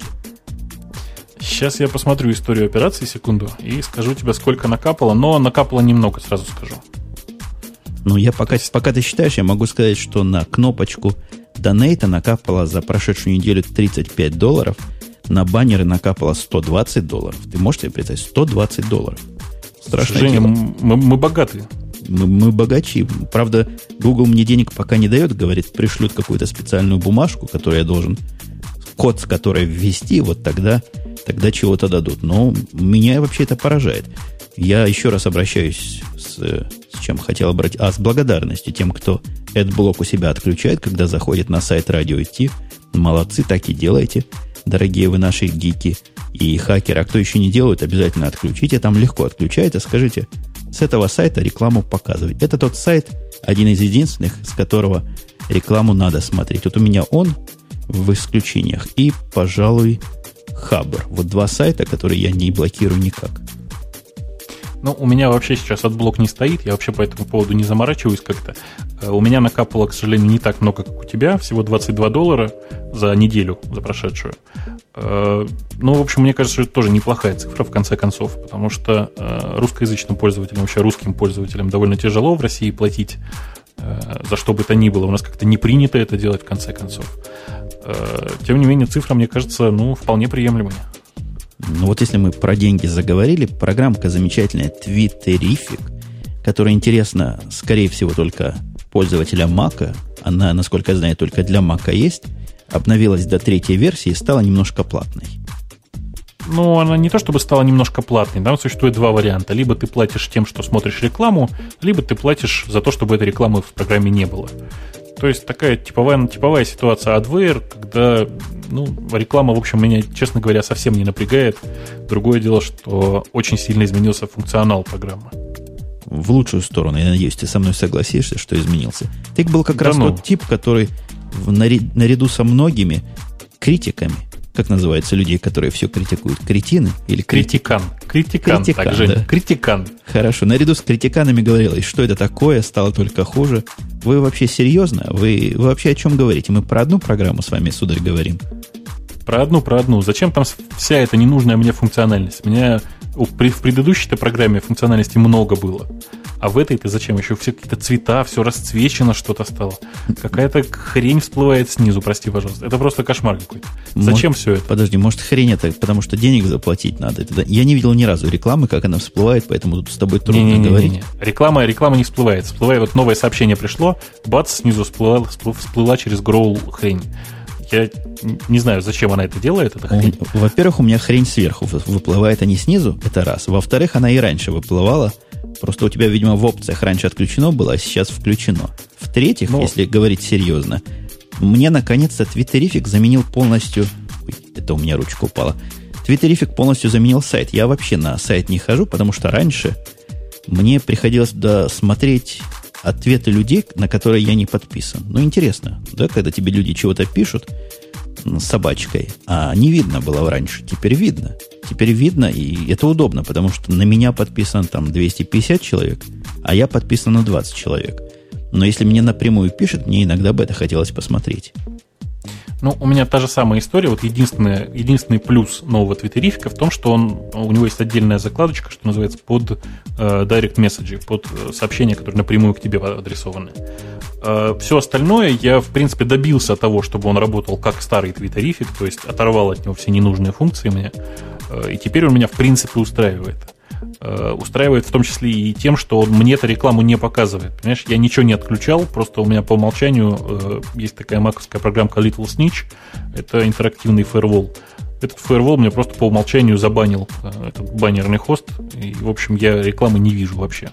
Сейчас я посмотрю историю операции, секунду, и скажу тебе, сколько накапало, но накапало немного, сразу скажу. Ну, я пока, пока ты считаешь, я могу сказать, что на кнопочку донейта накапало за прошедшую неделю тридцать пять долларов, на баннеры накапало сто двадцать долларов. Ты можешь себе представить? сто двадцать долларов. Страшное Женя, дело. Мы, мы богатые. Мы, мы богачи. Правда, Google мне денег пока не дает, говорит, пришлют какую-то специальную бумажку, которую я должен, код с которой ввести, вот тогда, тогда чего-то дадут. Но меня вообще это поражает. Я еще раз обращаюсь с, с чем хотел обратить, а с благодарностью тем, кто AdBlock у себя отключает, когда заходит на сайт Радио ти. Молодцы, так и делайте, дорогие вы наши гики и хакеры. А кто еще не делает, обязательно отключите. Там легко отключайте. Скажите, с этого сайта рекламу показывать. Это тот сайт, один из единственных, с которого рекламу надо смотреть. Вот у меня он в исключениях и, пожалуй, Хабр. Вот два сайта, которые я не блокирую никак. Ну, у меня вообще сейчас отблок не стоит, я вообще по этому поводу не заморачиваюсь как-то. У меня накапало, к сожалению, не так много, как у тебя, всего двадцать два доллара за неделю, за прошедшую. Ну, в общем, мне кажется, что это тоже неплохая цифра, в конце концов, потому что русскоязычным пользователям, вообще русским пользователям довольно тяжело в России платить за что бы то ни было. У нас как-то не принято это делать, в конце концов. Тем не менее, цифра, мне кажется, ну, вполне приемлемая. Ну вот если мы про деньги заговорили, программка замечательная Twitterify, которая интересна, скорее всего, только пользователям Mac. Она, насколько я знаю, только для Mac есть. Обновилась до третьей версии и стала немножко платной. Ну, она не то чтобы стала немножко платной. Там существует два варианта. Либо ты платишь тем, что смотришь рекламу, либо ты платишь за то, чтобы этой рекламы в программе не было. То есть такая типовая, типовая ситуация Adware, когда ну, реклама, в общем, меня, честно говоря, совсем не напрягает. Другое дело, что очень сильно изменился функционал программы. В лучшую сторону, я надеюсь, ты со мной согласишься, что изменился. Ты был как да раз ну. тот тип, который в, наряду со многими критиками, как называются людей, которые все критикуют, кретины или критикан? Критикан, критикан, так, Жень, да. Критикан. Хорошо, наряду с критиканами говорил, и что это такое, стало только хуже. Вы вообще серьезно? Вы, вы вообще о чем говорите? Мы про одну программу с вами, сударь, говорим? Про одну, про одну. Зачем там вся эта ненужная мне функциональность? У меня в предыдущей-то программе функциональности много было. А в этой-то зачем? Еще все какие-то цвета, все расцвечено что-то стало. Какая-то хрень всплывает снизу, прости, пожалуйста. Это просто кошмар какой-то. Зачем может, все это? Подожди, может хрень это, потому что денег заплатить надо. Это, я не видел ни разу рекламы, как она всплывает, поэтому тут с тобой трудно не, не, не, говорить. Не, не. Реклама, реклама не всплывает. Всплывает, вот новое сообщение пришло, бац, снизу всплыла, всплыла через Growl хрень. Я не знаю, зачем она это делает. Это хрень. Во-первых, у меня хрень сверху выплывает, а не снизу. Это раз. Во-вторых, она и раньше выплывала. Просто у тебя, видимо, в опциях раньше отключено было, а сейчас включено. В-третьих, Но... если говорить серьезно, мне, наконец-то, Твиттерифик заменил полностью... Ой, это у меня ручка упала. Твиттерифик полностью заменил сайт. Я вообще на сайт не хожу, потому что раньше мне приходилось туда смотреть ответы людей, на которые я не подписан. Ну, интересно, да, когда тебе люди чего-то пишут с собачкой, а не видно было раньше. Теперь видно. Теперь видно, и это удобно, потому что на меня подписан там двести пятьдесят человек, а я подписан на двадцать человек. Но если мне напрямую пишет, мне иногда бы это хотелось посмотреть. Ну, у меня та же самая история. Вот единственный, единственный плюс нового твиттерифика в том, что он, у него есть отдельная закладочка, что называется, под э, direct message, под сообщения, которые напрямую к тебе адресованы. Э, все остальное я, в принципе, добился того, чтобы он работал как старый твиттерифик, то есть оторвал от него все ненужные функции мне, э, и теперь он меня, в принципе, устраивает. Устраивает в том числе и тем, что он мне эту рекламу не показывает. Понимаешь, я ничего не отключал, просто у меня по умолчанию э, есть такая маковская программка Little Snitch, это интерактивный фаервол. Этот фаервол мне просто по умолчанию забанил э, этот баннерный хост, и, в общем, я рекламы не вижу вообще.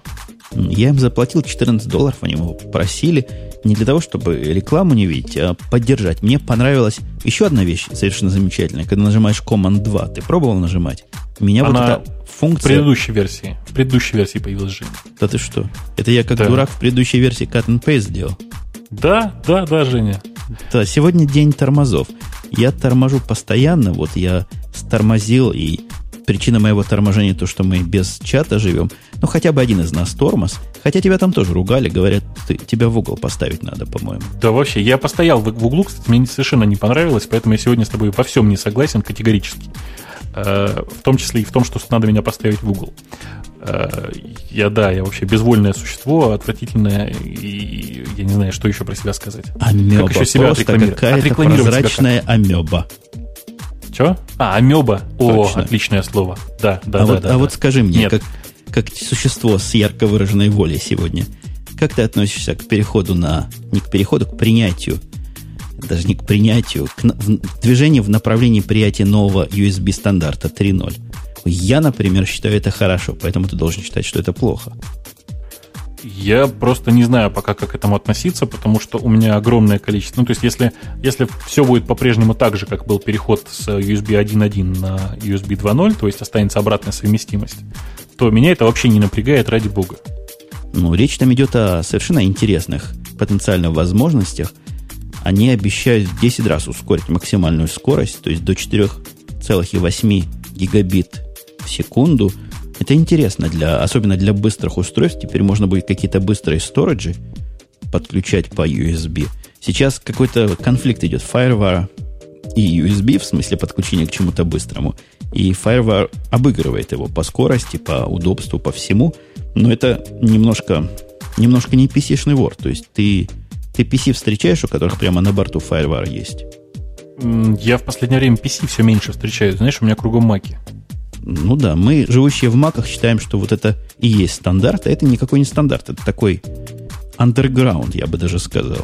Я им заплатил четырнадцать долларов, они его просили не для того, чтобы рекламу не видеть, а поддержать. Мне понравилась еще одна вещь совершенно замечательная. Когда нажимаешь команд два, ты пробовал нажимать? Меня Она... вот эта функция... В предыдущей версии. В предыдущей версии появилась Женя. Да ты что? Это я как да. дурак в предыдущей версии cut and paste сделал. Да, да, да, Женя. Да, сегодня день тормозов. Я торможу постоянно. Вот я стормозил, и причина моего торможения то, что мы без чата живем. Ну, хотя бы один из нас тормоз. Хотя тебя там тоже ругали. Говорят, ты, тебя в угол поставить надо, по-моему. Да вообще, я постоял в, в углу, кстати, мне совершенно не понравилось, поэтому я сегодня с тобой во всем не согласен категорически. В том числе и в том, что надо меня поставить в угол. Я, да, я вообще безвольное существо, отвратительное, и я не знаю, что еще про себя сказать. Амеба, как еще себя просто какая-то прозрачная амеба. Че? А, амеба. О, отличное слово. Да, да, а да. Вот, да а да. вот скажи мне, как, как существо с ярко выраженной волей сегодня, как ты относишься к переходу на... Не к переходу, к принятию, даже не к принятию, к в, движению в направлении принятия нового ю эс би стандарта три ноль. Я, например, считаю это хорошо, поэтому ты должен считать, что это плохо. Я просто не знаю пока, как к этому относиться, потому что у меня огромное количество... Ну, то есть, если, если все будет по-прежнему так же, как был переход с ю эс би один точка один на ю эс би два точка ноль, то есть останется обратная совместимость, то меня это вообще не напрягает, ради бога. Ну, речь там идет о совершенно интересных потенциальных возможностях. Они обещают в десять раз ускорить максимальную скорость, то есть до четыре целых восемь гигабит в секунду. Это интересно, для, особенно для быстрых устройств. Теперь можно будет какие-то быстрые сториджи подключать по ю эс би. Сейчас какой-то конфликт идет FireWire и ю эс би, в смысле подключения к чему-то быстрому. И FireWire обыгрывает его по скорости, по удобству, по всему. Но это немножко, немножко не пи си-шный Word. То есть ты... Ты пи си встречаешь, у которых прямо на борту FireWire есть? Я в последнее время пи си все меньше встречаю. Знаешь, у меня кругом маки. Ну да, мы, живущие в маках, считаем, что вот это и есть стандарт, а это никакой не стандарт. Это такой underground, я бы даже сказал.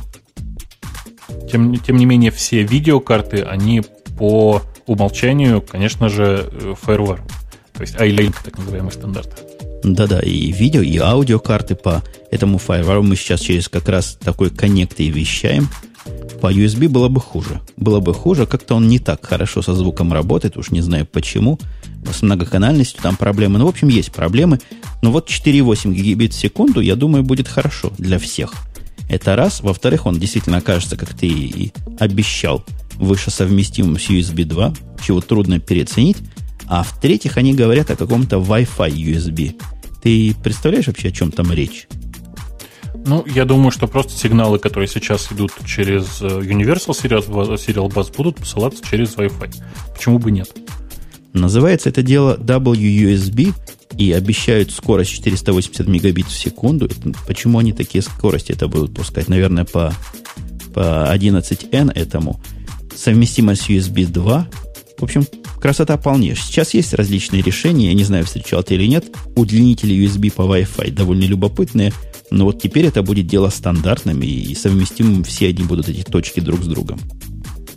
Тем, тем не менее, все видеокарты, они по умолчанию, конечно же, FireWire. То есть iLink, так называемый стандарт. Да-да, и видео, и аудиокарты по этому FireWire мы сейчас через как раз такой коннект и вещаем. По ю эс би было бы хуже. Было бы хуже, как-то он не так хорошо со звуком работает, уж не знаю почему. С многоканальностью там проблемы. Ну, в общем, есть проблемы. Но вот четыре целых восемь гигабит в секунду, я думаю, будет хорошо для всех. Это раз. Во-вторых, он действительно окажется, как ты и обещал, выше совместимым с ю эс би два, чего трудно переоценить. А в-третьих, они говорят о каком-то Wi-Fi ю эс би. Ты представляешь вообще, о чем там речь? Ну, я думаю, что просто сигналы, которые сейчас идут через Universal Serial Bus, будут посылаться через Wi-Fi. Почему бы нет? Называется это дело дабл ю ю эс би, и обещают скорость четыреста восемьдесят мегабит в секунду. Почему они такие скорости это будут пускать? Наверное, по, по одиннадцать эн этому. Совместимость с ю эс би два. В общем, красота полнейшая. Сейчас есть различные решения, я не знаю, встречал ты или нет. Удлинители ю эс би по Wi-Fi довольно любопытные, но вот теперь это будет дело стандартным и совместимым, все они будут эти точки друг с другом.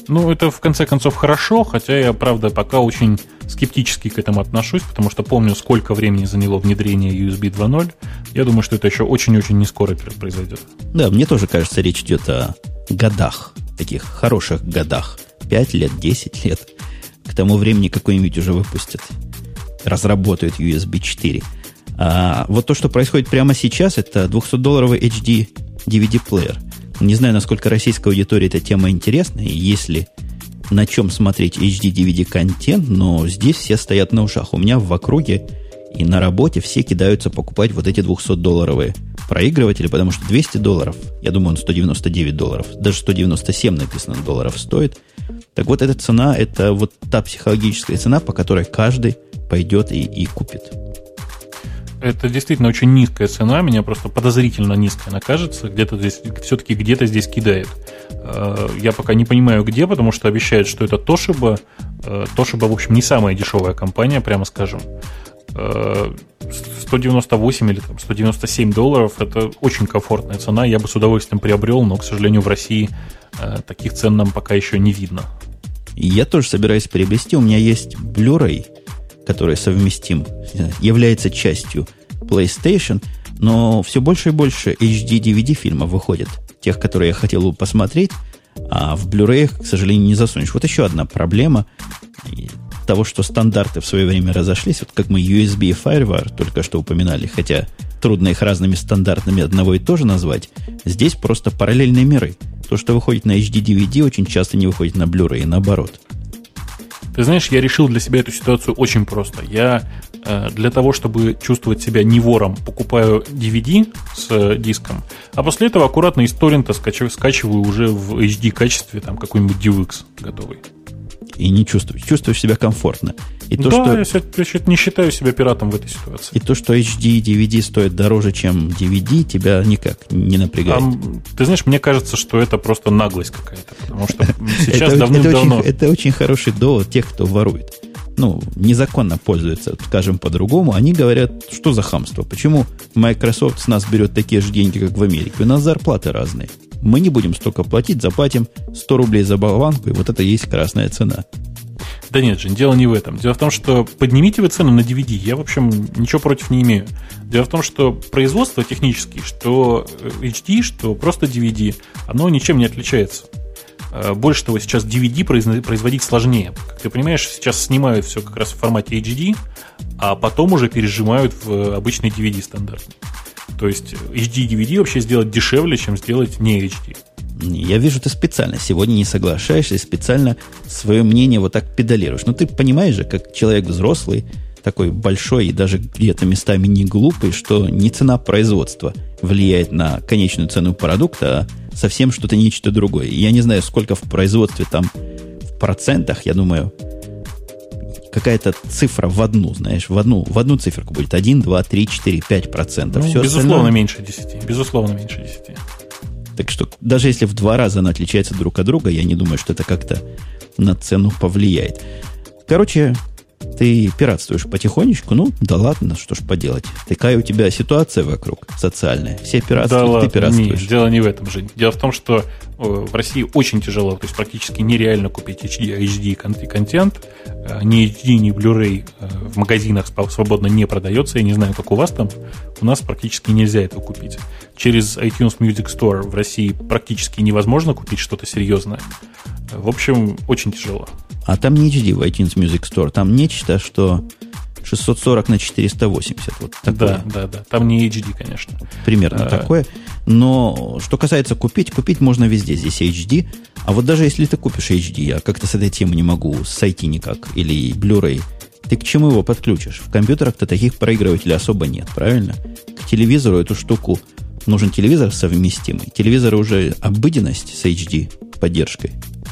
Ну, это, в конце концов, хорошо, хотя я, правда, пока очень скептически к этому отношусь, потому что помню, сколько времени заняло внедрение ю эс би два ноль. Я думаю, что это еще очень-очень не скоро произойдет. Да, мне тоже кажется, речь идет о годах, таких хороших годах. пять лет, десять лет. К тому времени какой-нибудь уже выпустят, разработают ю эс би четыре. А вот то, что происходит прямо сейчас, это двухсотдолларовый эйч ди ди ви ди-плеер. Не знаю, насколько российской аудитории эта тема интересна, и если на чем смотреть эйч ди ди ви ди-контент, но здесь все стоят на ушах. У меня в округе и на работе все кидаются покупать вот эти двухсотдолларовые проигрыватели, потому что двести долларов, я думаю, он сто девяносто девять долларов, даже сто девяносто семь написано долларов стоит. Так вот, эта цена, это вот та психологическая цена, по которой каждый пойдет и, и купит. Это действительно очень низкая цена, меня просто подозрительно низкая она кажется, где-то здесь, все-таки где-то здесь кидает. Я пока не понимаю где, потому что обещают, что это Toshiba. Toshiba, в общем, не самая дешевая компания, прямо скажем. сто девяносто восемь или там, сто девяносто семь долларов – это очень комфортная цена, я бы с удовольствием приобрел, но, к сожалению, в России таких цен нам пока еще не видно. Я тоже собираюсь приобрести, у меня есть Blu-ray, который совместим, является частью PlayStation, но все больше и больше эйч ди ди ви ди фильмов выходит, тех, которые я хотел бы посмотреть, а в Blu-ray, к сожалению, не засунешь. Вот еще одна проблема того, что стандарты в свое время разошлись, вот как мы ю эс би и FireWire только что упоминали, хотя трудно их разными стандартами одного и то же назвать, здесь просто параллельные миры. То, что выходит на эйч ди ди ви ди, очень часто не выходит на Blu-ray, и наоборот. Ты знаешь, я решил для себя эту ситуацию очень просто. Я э, для того, чтобы чувствовать себя не вором, покупаю ди ви ди с э, диском, а после этого аккуратно из торрента скачиваю, скачиваю уже в эйч ди качестве там какой-нибудь DivX готовый. И не чувствуешь. Чувствуешь себя комфортно. И то, да, что... я не считаю себя пиратом в этой ситуации. И то, что эйч ди и ди ви ди стоит дороже, чем ди ви ди, тебя никак не напрягает. А, ты знаешь, мне кажется, что это просто наглость какая-то. Потому что сейчас давным-давно... Это очень хороший довод тех, кто ворует. Ну, незаконно пользуются, скажем по-другому. Они говорят, что за хамство? Почему Microsoft с нас берет такие же деньги, как в Америке? У нас зарплаты разные. Мы не будем столько платить, заплатим сто рублей за болванку, и вот это и есть красная цена. Да нет, Жень, дело не в этом. Дело в том, что поднимите вы цену на ди ви ди. Я, в общем, ничего против не имею. Дело в том, что производство технически, что эйч ди, что просто ди ви ди, оно ничем не отличается. Больше того, сейчас ди ви ди производить сложнее. Как ты понимаешь, сейчас снимают все как раз в формате эйч ди, а потом уже пережимают в обычный ди ви ди стандартный. То есть эйч ди ди ви ди вообще сделать дешевле, чем сделать не эйч ди. Я вижу, ты специально сегодня не соглашаешься и специально свое мнение вот так педалируешь. Но ты понимаешь же, как человек взрослый, такой большой и даже где-то местами не глупый, что не цена производства влияет на конечную цену продукта, а совсем что-то нечто другое. Я не знаю, сколько в производстве там в процентах, я думаю, какая-то цифра в одну, знаешь, в одну, в одну циферку будет один, два, три, четыре, пять процентов. Ну, Все безусловно, остальное... меньше десяти. Безусловно, меньше десяти. Так что даже если в два раза она отличается друг от друга, я не думаю, что это как-то на цену повлияет. Короче, ты пиратствуешь потихонечку, ну, да ладно, что ж поделать. Такая у тебя ситуация вокруг социальная. Все пиратствуют, да ты ладно, пиратствуешь. Нет, дело не в этом же. Дело в том, что в России очень тяжело, то есть практически нереально купить эйч ди, эйч ди контент. Ни эйч ди, ни Blu-ray в магазинах свободно не продается. Я не знаю, как у вас там. У нас практически нельзя этого купить. Через iTunes Music Store в России практически невозможно купить что-то серьезное. В общем, очень тяжело. А там не эйч ди в iTunes Music Store. Там нечто, что шестьсот сорок на четыреста восемьдесят. Вот такое. Да, да, да. Там не эйч ди, конечно. Примерно а... такое. Но что касается купить, купить можно везде. Здесь эйч ди. А вот даже если ты купишь эйч ди, я как-то с этой темы не могу сойти никак, или Blu-ray, ты к чему его подключишь? В компьютерах-то таких проигрывателей особо нет, правильно? К телевизору эту штуку нужен телевизор совместимый. Телевизоры уже обыденность с эйч ди поддержкой.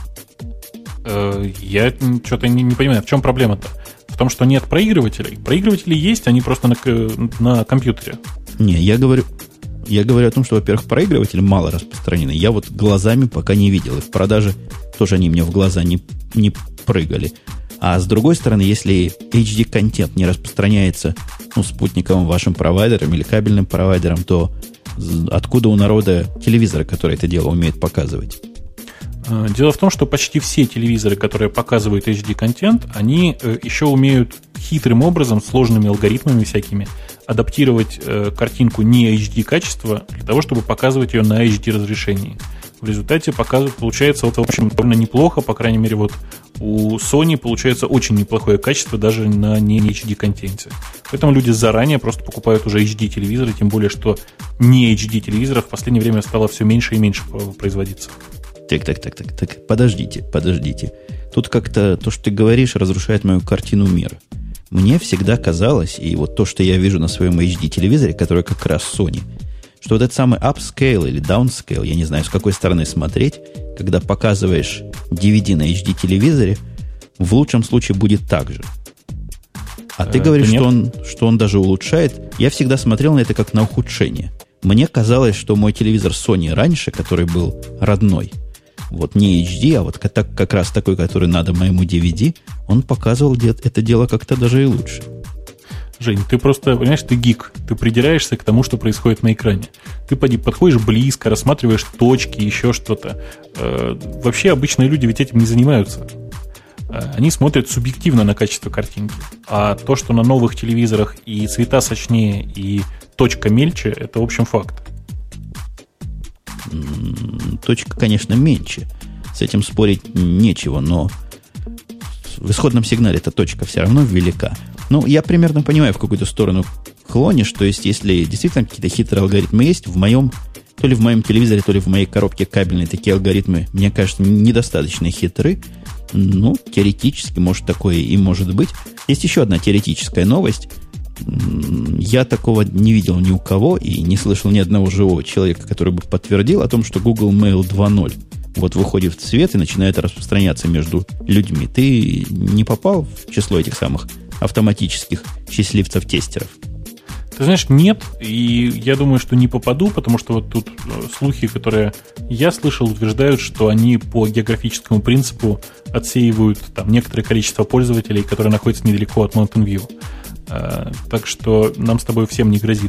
Я что-то не, не понимаю, в чем проблема-то? В том, что нет проигрывателей. Проигрыватели есть, они просто на, на компьютере. Не, я говорю, я говорю о том, что, во-первых, проигрыватели мало распространены. Я вот глазами пока не видел. И в продаже тоже они мне в глаза не, не прыгали. А с другой стороны, если эйч ди-контент не распространяется ну, спутниковым вашим провайдером или кабельным провайдером, то откуда у народа телевизоры, которые это дело умеют показывать? Дело в том, что почти все телевизоры, которые показывают эйч ди-контент, они еще умеют хитрым образом, сложными алгоритмами всякими, адаптировать картинку не эйч ди-качества для того, чтобы показывать ее на эйч ди-разрешении. В результате показывают, получается, вот, в общем, довольно неплохо, по крайней мере, вот у Sony получается очень неплохое качество даже на не эйч ди-контенте. Поэтому люди заранее просто покупают уже эйч ди-телевизоры, тем более, что не эйч ди-телевизоров в последнее время стало все меньше и меньше производиться. Так, так, так, так, так, подождите, подождите. Тут как-то то, что ты говоришь, разрушает мою картину мира. Мне всегда казалось, и вот то, что я вижу на своем эйч ди-телевизоре, который как раз Sony, что вот этот самый upscale или downscale, я не знаю, с какой стороны смотреть, когда показываешь ди ви ди на эйч ди-телевизоре, в лучшем случае будет так же. А ты говоришь, что он, что он даже улучшает. Я всегда смотрел на это как на ухудшение. Мне казалось, что мой телевизор Sony раньше, который был родной, вот не эйч ди, а вот так, как раз такой, который надо моему ди ви ди, он показывал это дело как-то даже и лучше. Жень, ты просто, понимаешь, ты гик, ты придираешься к тому, что происходит на экране. Ты подходишь близко, рассматриваешь точки, еще что-то. Э, вообще обычные люди ведь этим не занимаются. Э, они смотрят субъективно на качество картинки. А то, что на новых телевизорах и цвета сочнее, и точка мельче, это в общем факт. Точка, конечно, меньше. С этим спорить нечего, но в исходном сигнале эта точка все равно велика. Ну, я примерно понимаю, в какую-то сторону клонишь. То есть, если действительно какие-то хитрые алгоритмы есть, в моем, то ли в моем телевизоре, то ли в моей коробке кабельной такие алгоритмы, мне кажется, недостаточно хитры. Ну, теоретически, может, такое и может быть. Есть еще одна теоретическая новость. Я такого не видел ни у кого и не слышал ни одного живого человека, который бы подтвердил о том, что Google Mail два ноль вот выходит в свет и начинает распространяться между людьми. Ты не попал в число этих самых автоматических счастливцев-тестеров? Ты знаешь, нет, и я думаю, что не попаду, потому что вот тут слухи, которые я слышал, утверждают, что они по географическому принципу отсеивают там некоторое количество пользователей, которые находятся недалеко от Mountain View. Так что нам с тобой всем не грозит.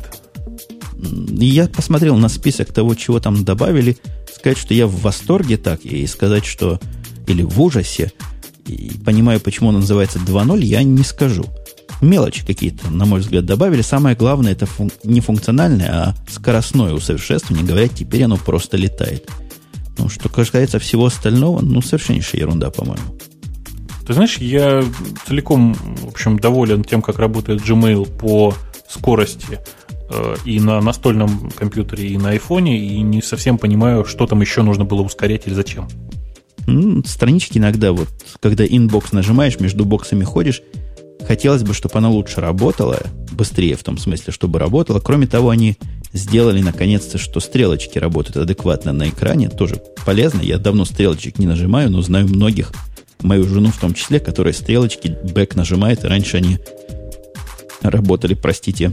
Я посмотрел на список того, чего там добавили. Сказать, что я в восторге так, и сказать, что или в ужасе, и понимаю, почему он называется два ноль, я не скажу. Мелочи какие-то, на мой взгляд, добавили. Самое главное, это фун- не функциональное, а скоростное усовершенствование. Говорят, теперь оно просто летает. Ну, что касается всего остального, ну, совершеннейшая ерунда, по-моему. Ты знаешь, я целиком, в общем, доволен тем, как работает Gmail по скорости э, и на настольном компьютере, и на айфоне, и не совсем понимаю, что там еще нужно было ускорять или зачем. Ну, странички иногда, вот, когда инбокс нажимаешь, между боксами ходишь, хотелось бы, чтобы она лучше работала, быстрее в том смысле, чтобы работала. Кроме того, они сделали наконец-то, что стрелочки работают адекватно на экране, тоже полезно. Я давно стрелочек не нажимаю, но знаю многих, мою жену в том числе, которая стрелочки бэк нажимает, и раньше они работали, простите,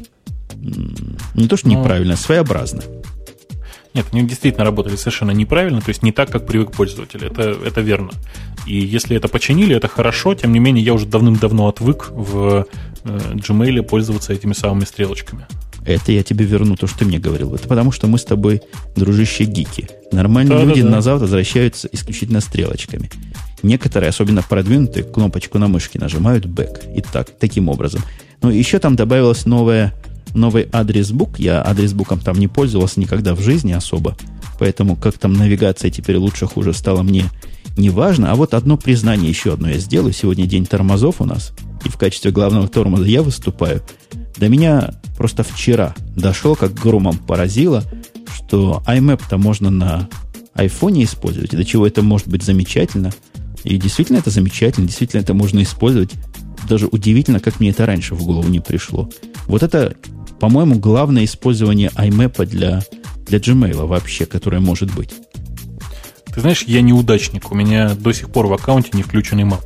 не то что неправильно, а своеобразно. Нет, они действительно работали совершенно неправильно, то есть не так, как привык пользователь, это, это верно. И если это починили, это хорошо, тем не менее, я уже давным-давно отвык в э, Gmail пользоваться этими самыми стрелочками. Это я тебе верну то, что ты мне говорил. Это потому, что мы с тобой, дружище, гики. Нормальные да, люди да, да. назад возвращаются исключительно стрелочками. Некоторые, особенно продвинутые, кнопочку на мышке нажимают back. И так, таким образом. Ну, еще там добавилась новая, новый адрес-бук. Я адрес-буком там не пользовался никогда в жизни особо. Поэтому как там навигация теперь лучше-хуже стало мне не важно. А вот одно признание, еще одно я сделаю. Сегодня день тормозов у нас. И в качестве главного тормоза я выступаю. До меня просто вчера дошло, как громом поразило, что iMap-то можно на айфоне использовать. И до чего это может быть замечательно. И действительно это замечательно. Действительно это можно использовать. Даже удивительно, как мне это раньше в голову не пришло. Вот это, по-моему, главное использование iMap для, для Gmail вообще, которое может быть. Ты знаешь, я неудачник. У меня до сих пор в аккаунте не включенный мап.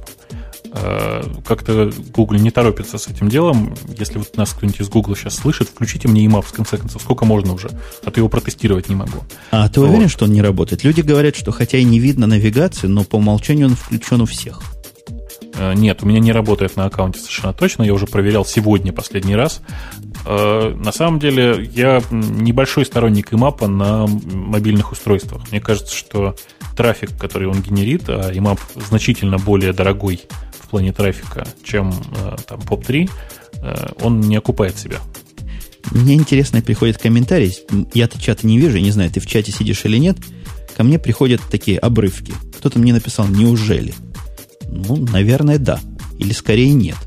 Как-то Google не торопится с этим делом. Если вот нас кто-нибудь из Google сейчас слышит, включите мне имап, в конце концов. Сколько можно уже? А то его протестировать не могу. А ты вот. Уверен, что он не работает? Люди говорят, что хотя и не видно навигации, но по умолчанию он включен у всех. Нет, у меня не работает на аккаунте совершенно точно. Я уже проверял сегодня последний раз. На самом деле, я небольшой сторонник имапа на мобильных устройствах. Мне кажется, что трафик, который он генерит, а имап значительно более дорогой в плане трафика, чем там поп три, он не окупает себя. Мне интересно, приходит комментарий. Я-то чата не вижу, не знаю, ты в чате сидишь или нет. Ко мне приходят такие обрывки. Кто-то мне написал «неужели?». Ну, наверное, да. Или скорее нет.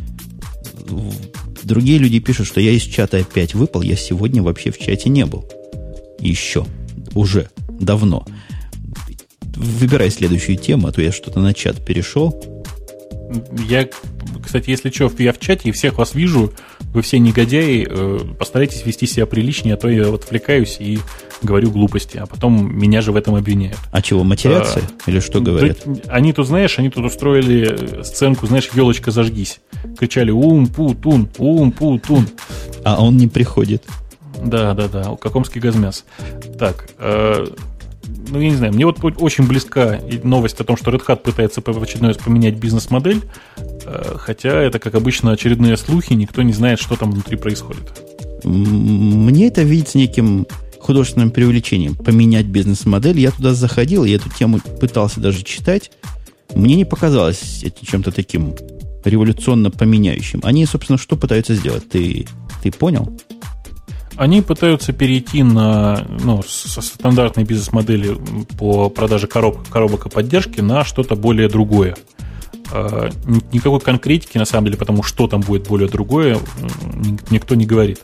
Другие люди пишут, что я из чата опять выпал. Я сегодня вообще в чате не был. Еще. Уже. Давно. Выбирай следующую тему, а то я что-то на чат перешел. Я, кстати, если что, я в чате и всех вас вижу. Вы все негодяи. Постарайтесь вести себя приличнее, а то я вот отвлекаюсь и говорю глупости, а потом меня же в этом обвиняют. А чего, матерятся? А, или что говорят? Они тут, знаешь, они тут устроили сценку, знаешь, елочка зажгись. Кричали ум-пу-тун, ум-пу-тун. А он не приходит. Да, да, да, Какомский газмяс. Так, э, ну, я не знаю, мне вот очень близка новость о том, что Red Hat пытается в очередной раз поменять бизнес-модель, э, хотя это, как обычно, очередные слухи, никто не знает, что там внутри происходит. Мне это видится неким художественным преувеличением. Поменять бизнес-модель. Я туда заходил, и эту тему пытался даже читать. Мне не показалось это чем-то таким революционно поменяющим. Они, собственно, что пытаются сделать? Ты, ты понял? Они пытаются перейти на, ну, со стандартной бизнес-модели по продаже коробок, коробок и поддержки на что-то более другое. Никакой конкретики, на самом деле, потому что там будет более другое, никто не говорит.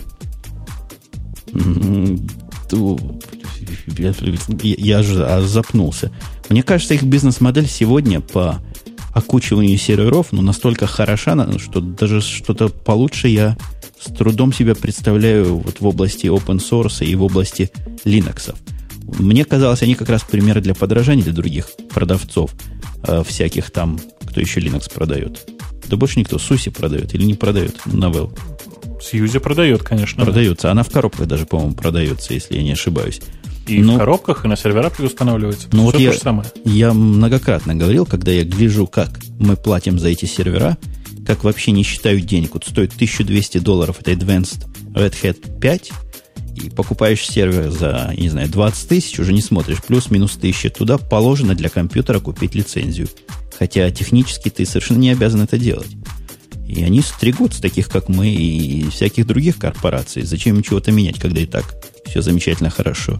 Я, я же аж запнулся. Мне кажется, их бизнес-модель сегодня по окучиванию серверов, ну, настолько хороша, что даже что-то получше я с трудом себя представляю вот в области open source и в области Linux. Мне казалось, они как раз примеры для подражания для других продавцов, э, всяких там, кто еще Linux продает. Да больше никто. Суси продает или не продает Novell? Сьюзи продает, конечно. Продается. Да. Она в коробках даже, по-моему, продается, если я не ошибаюсь. И но, в коробках, и на серверах предустанавливается. Ну вот то я, же самое. Я многократно говорил, когда я гляжу, как мы платим за эти сервера, как вообще не считаю денег. Вот стоит тысяча двести долларов, это Advanced Red Hat пять, и покупаешь сервер за, не знаю, двадцать тысяч, уже не смотришь, плюс-минус тысяча. Туда положено для компьютера купить лицензию. Хотя технически ты совершенно не обязан это делать. И они стригутся, таких как мы, и всяких других корпораций. Зачем им чего-то менять, когда и так все замечательно хорошо?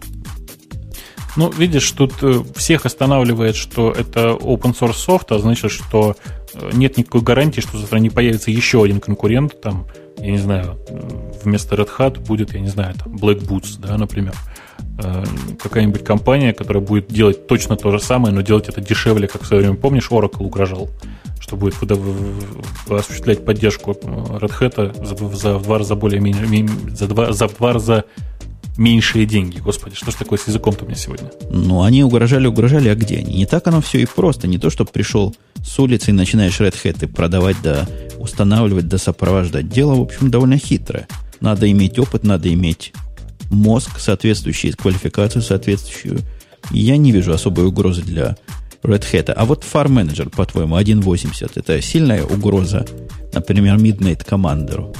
Ну, видишь, тут всех останавливает, что это open source софт, а значит, что нет никакой гарантии, что завтра не появится еще один конкурент, там, я не знаю, вместо Red Hat будет, я не знаю, там, Black Boots, да, например. Какая-нибудь компания, которая будет делать точно то же самое, но делать это дешевле, как в свое время, помнишь, Oracle угрожал, что будет осуществлять поддержку Red Hat за, за в два раза более за два, за два раза меньшие деньги. Господи, что ж такое с языком-то у меня сегодня? Ну, они угрожали, угрожали, а где они? Не так оно все и просто. Не то, что пришел с улицы и начинаешь Red Hat продавать, да устанавливать, да сопровождать. Дело, в общем, довольно хитрое. Надо иметь опыт, надо иметь мозг соответствующий, квалификацию соответствующую. И я не вижу особой угрозы для Red Hat. А вот Farm Manager, по-твоему, один восемьдесят, это сильная угроза, например, Midnight Commander?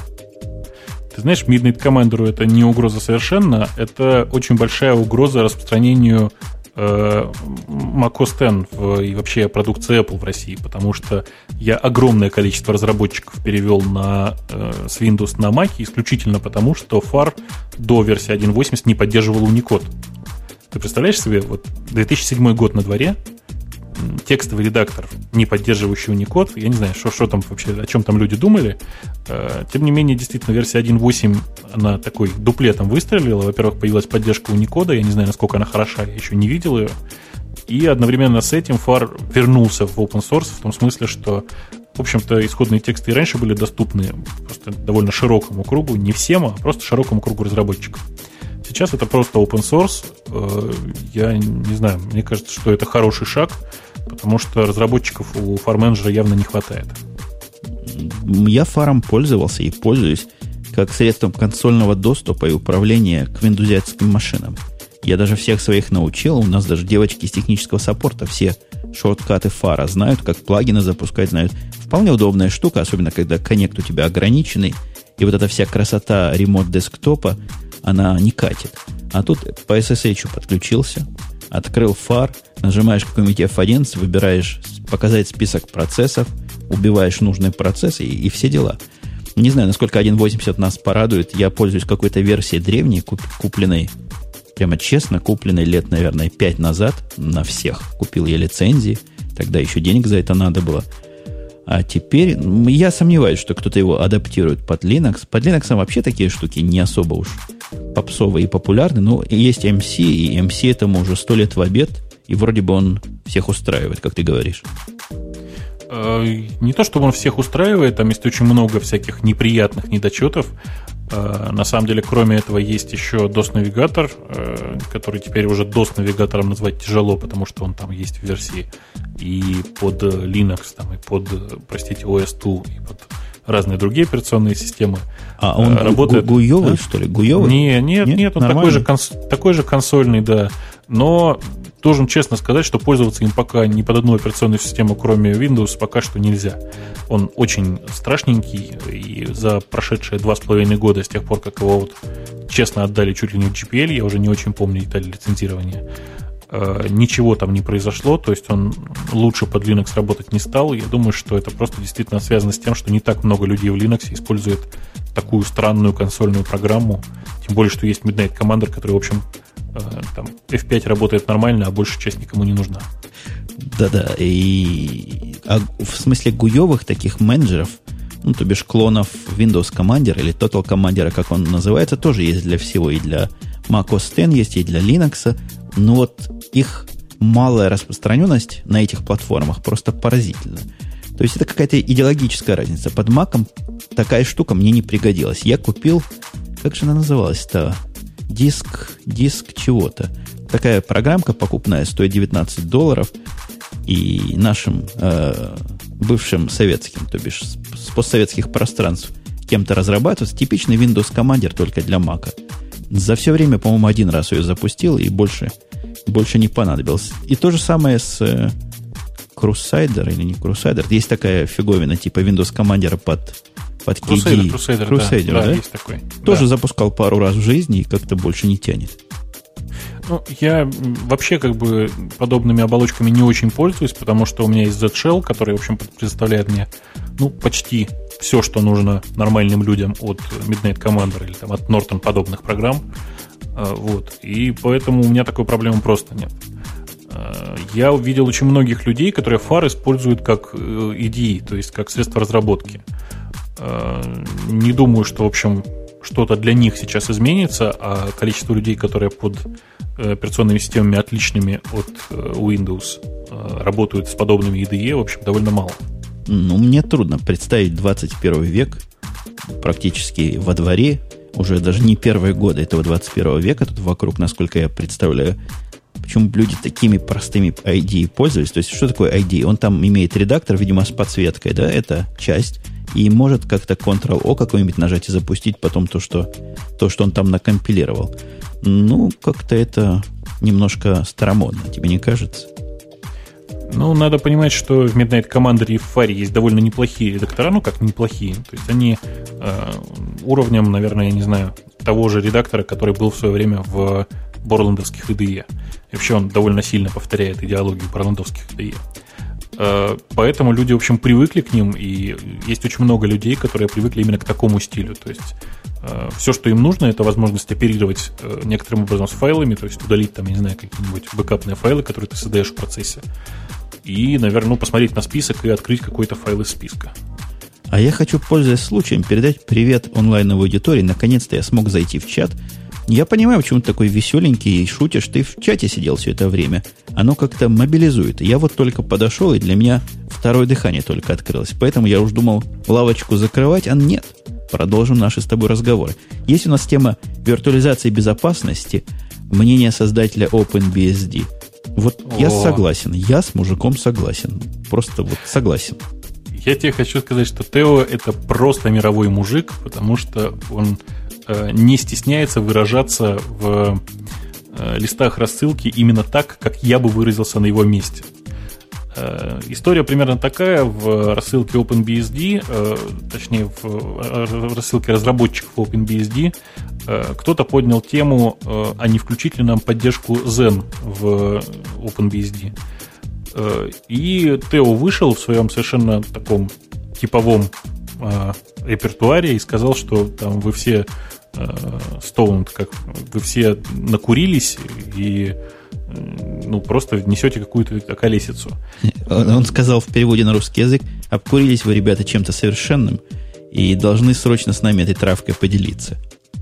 Ты знаешь, Midnight Commander это не угроза совершенно, это очень большая угроза распространению э, macOS X в, и вообще продукции Apple в России, потому что я огромное количество разработчиков перевел на, э, с Windows на Mac исключительно потому, что фар до версии один восемьдесят не поддерживал Unicode. Ты представляешь себе, вот две тысячи седьмой год на дворе, текстовый редактор, не поддерживающий Unicode, я не знаю, что, что там вообще, о чем там люди думали. Тем не менее, действительно, версия один восемь, она такой дуплетом выстрелила. Во-первых, появилась поддержка Unicode, я не знаю, насколько она хороша, я еще не видел ее. И одновременно с этим фар вернулся в open source, в том смысле, что, в общем-то, исходные тексты и раньше были доступны просто довольно широкому кругу, не всем, а просто широкому кругу разработчиков. Сейчас это просто open source. Я не знаю, мне кажется, что это хороший шаг, потому что разработчиков у FarmManager явно не хватает. Я фаром пользовался и пользуюсь как средством консольного доступа и управления к виндузиатским машинам. Я даже всех своих научил. У нас даже девочки из технического саппорта все шорткаты фара знают, как плагины запускать, знают. Вполне удобная штука, особенно когда коннект у тебя ограниченный, и вот эта вся красота ремонт-десктопа, она не катит. А тут по эс эс эйч подключился, открыл фар, нажимаешь какой-нибудь эф одиннадцать, выбираешь показать список процессов, убиваешь нужные процессы и, и все дела. Не знаю, насколько один восемьдесят нас порадует. Я пользуюсь какой-то версией древней, куп, купленной, прямо честно, купленной лет, наверное, пять назад на всех. Купил я лицензии, тогда еще денег за это надо было. А теперь я сомневаюсь, что кто-то его адаптирует под Linux. Под Linux вообще такие штуки не особо уж попсовые и популярны. Но есть эм си, и эм си этому уже сто лет в обед. И вроде бы он всех устраивает, как ты говоришь. Не то, чтобы он всех устраивает, там есть очень много всяких неприятных недочетов. На самом деле, кроме этого, есть еще дос-навигатор, который теперь уже дос-навигатором назвать тяжело, потому что он там есть в версии и под Linux, там, и под, простите, о эс два, и под разные другие операционные системы. А он работает гу- гуевый, да? Что ли? Гуевый? Не, нет, нет, нет, он такой же, конс- такой же консольный, да. Но должен честно сказать, что пользоваться им пока ни под одну операционную систему, кроме Windows, пока что нельзя. Он очень страшненький, и за прошедшие два с половиной года, с тех пор, как его вот честно отдали чуть ли не в джи пи эл, я уже не очень помню детали лицензирования, ничего там не произошло, то есть он лучше под Linux работать не стал. Я думаю, что это просто действительно связано с тем, что не так много людей в Linux использует такую странную консольную программу, тем более, что есть Midnight Commander, который, в общем, там эф пять работает нормально, а большая часть никому не нужна. Да-да, и а в смысле гуевых таких менеджеров, ну, то бишь клонов Windows Commander или Total Commander, как он называется, тоже есть для всего, и для macOS X есть, и для Linux, но вот их малая распространенность на этих платформах просто поразительна. То есть это какая-то идеологическая разница. Под Mac'ом такая штука мне не пригодилась. Я купил, как же она называлась-то? Диск, диск чего-то. Такая программка покупная стоит девятнадцать долларов. И нашим э, бывшим советским, то бишь с, с постсоветских пространств кем-то разрабатывается типичный Windows Commander только для Mac. За все время, по-моему, один раз ее запустил, и больше, больше не понадобилось. И то же самое с э, Crusader или не Crusader. Есть такая фиговина типа Windows Commander под, под кей ди. Crusader, Crusader, да, да? да, есть такой. Тоже да. запускал пару раз в жизни и как-то больше не тянет. Ну, я вообще как бы подобными оболочками не очень пользуюсь, потому что у меня есть Z-Shell, который, в общем, предоставляет мне ну, почти все, что нужно нормальным людям от Midnight Commander или там, от Norton подобных программ. Вот. И поэтому у меня такой проблемы просто нет. Я увидел очень многих людей, которые фар используют как ай ди и, то есть как средство разработки. Не думаю, что, в общем, что-то для них сейчас изменится, а количество людей, которые под операционными системами, отличными от Windows, работают с подобными ай ди и, в общем, довольно мало. Ну, мне трудно представить двадцать первый век практически во дворе, уже даже не первые годы этого двадцать первого века тут вокруг, насколько я представляю, почему люди такими простыми ай ди и пользовались. То есть, что такое ай ди? Он там имеет редактор, видимо, с подсветкой, да, это часть, и может как-то контрол-о какой-нибудь нажать и запустить потом то, что, то, что он там накомпилировал. Ну, как-то это немножко старомодно, тебе не кажется? Ну, надо понимать, что в Midnight Commander и в фаре есть довольно неплохие редактора, ну, как неплохие. То есть они э, уровнем, наверное, я не знаю, того же редактора, который был в свое время в борландовских ай ди и. И вообще он довольно сильно повторяет идеологию борландовских ай ди и. Э, поэтому люди, в общем, привыкли к ним, и есть очень много людей, которые привыкли именно к такому стилю. То есть э, все, что им нужно, это возможность оперировать э, некоторым образом с файлами, то есть удалить там, я не знаю, какие-нибудь бэкапные файлы, которые ты создаешь в процессе. И, наверное, ну, посмотреть на список и открыть какой-то файл из списка. А я хочу, пользуясь случаем, передать привет онлайновой аудитории. Наконец-то я смог зайти в чат. Я понимаю, почему ты такой веселенький и шутишь. Ты в чате сидел все это время. Оно как-то мобилизует. Я вот только подошел, и для меня второе дыхание только открылось. Поэтому я уж думал лавочку закрывать, а нет. Продолжим наши с тобой разговоры. Есть у нас тема виртуализации безопасности, мнение создателя OpenBSD. Вот О. я согласен, я с мужиком согласен. Просто вот согласен. Я тебе хочу сказать, что Тео это просто мировой мужик, потому что он э, не стесняется выражаться в э, листах рассылки именно так, как я бы выразился на его месте. Э, история примерно такая. В рассылке OpenBSD, э, точнее, в, в рассылке разработчиков OpenBSD э, кто-то поднял тему, э, а не включить ли нам поддержку Zen в OpenBSD. Э, и Тео вышел в своем совершенно таком типовом э, репертуаре и сказал, что там вы все Stoned, как вы все накурились и ну, просто несете какую-то околесицу. Он, он сказал в переводе на русский язык: обкурились вы, ребята, чем-то совершенным и должны срочно с нами этой травкой поделиться.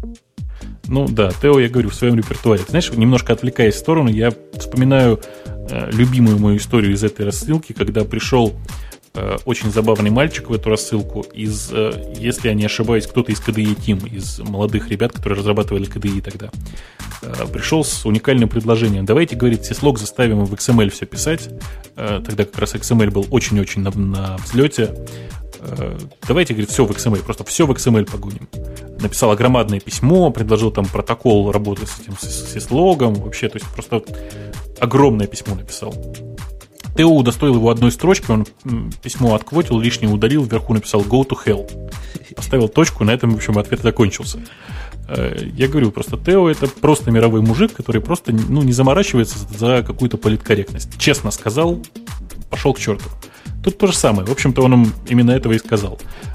Ну да, Тео, я говорю, в своем репертуаре. Ты знаешь, немножко отвлекаясь в сторону, я вспоминаю э, любимую мою историю из этой рассылки, когда пришел э, очень забавный мальчик в эту рассылку из, э, если я не ошибаюсь, кто-то из кей ди и Team, из молодых ребят, которые разрабатывали кей ди и тогда, э, пришел с уникальным предложением. Давайте, говорит, сислог заставим в икс эм эль все писать. Э, тогда как раз икс эм эль был очень-очень на, на взлете. Давайте, говорит, все в икс эм эль, просто все в икс эм эль погоним. Написал громадное письмо, предложил там протокол работы с этим сислогом, вообще, то есть просто огромное письмо написал. Тео удостоил его одной строчки, он письмо отквотил, лишнее удалил, вверху написал go to hell. Поставил точку, на этом, в общем, ответ закончился. Я говорю, просто Тео — это просто мировой мужик, который просто ну, не заморачивается за какую-то политкорректность. Честно сказал, пошел к черту. Тут то же самое. В общем-то, он им именно этого и сказал.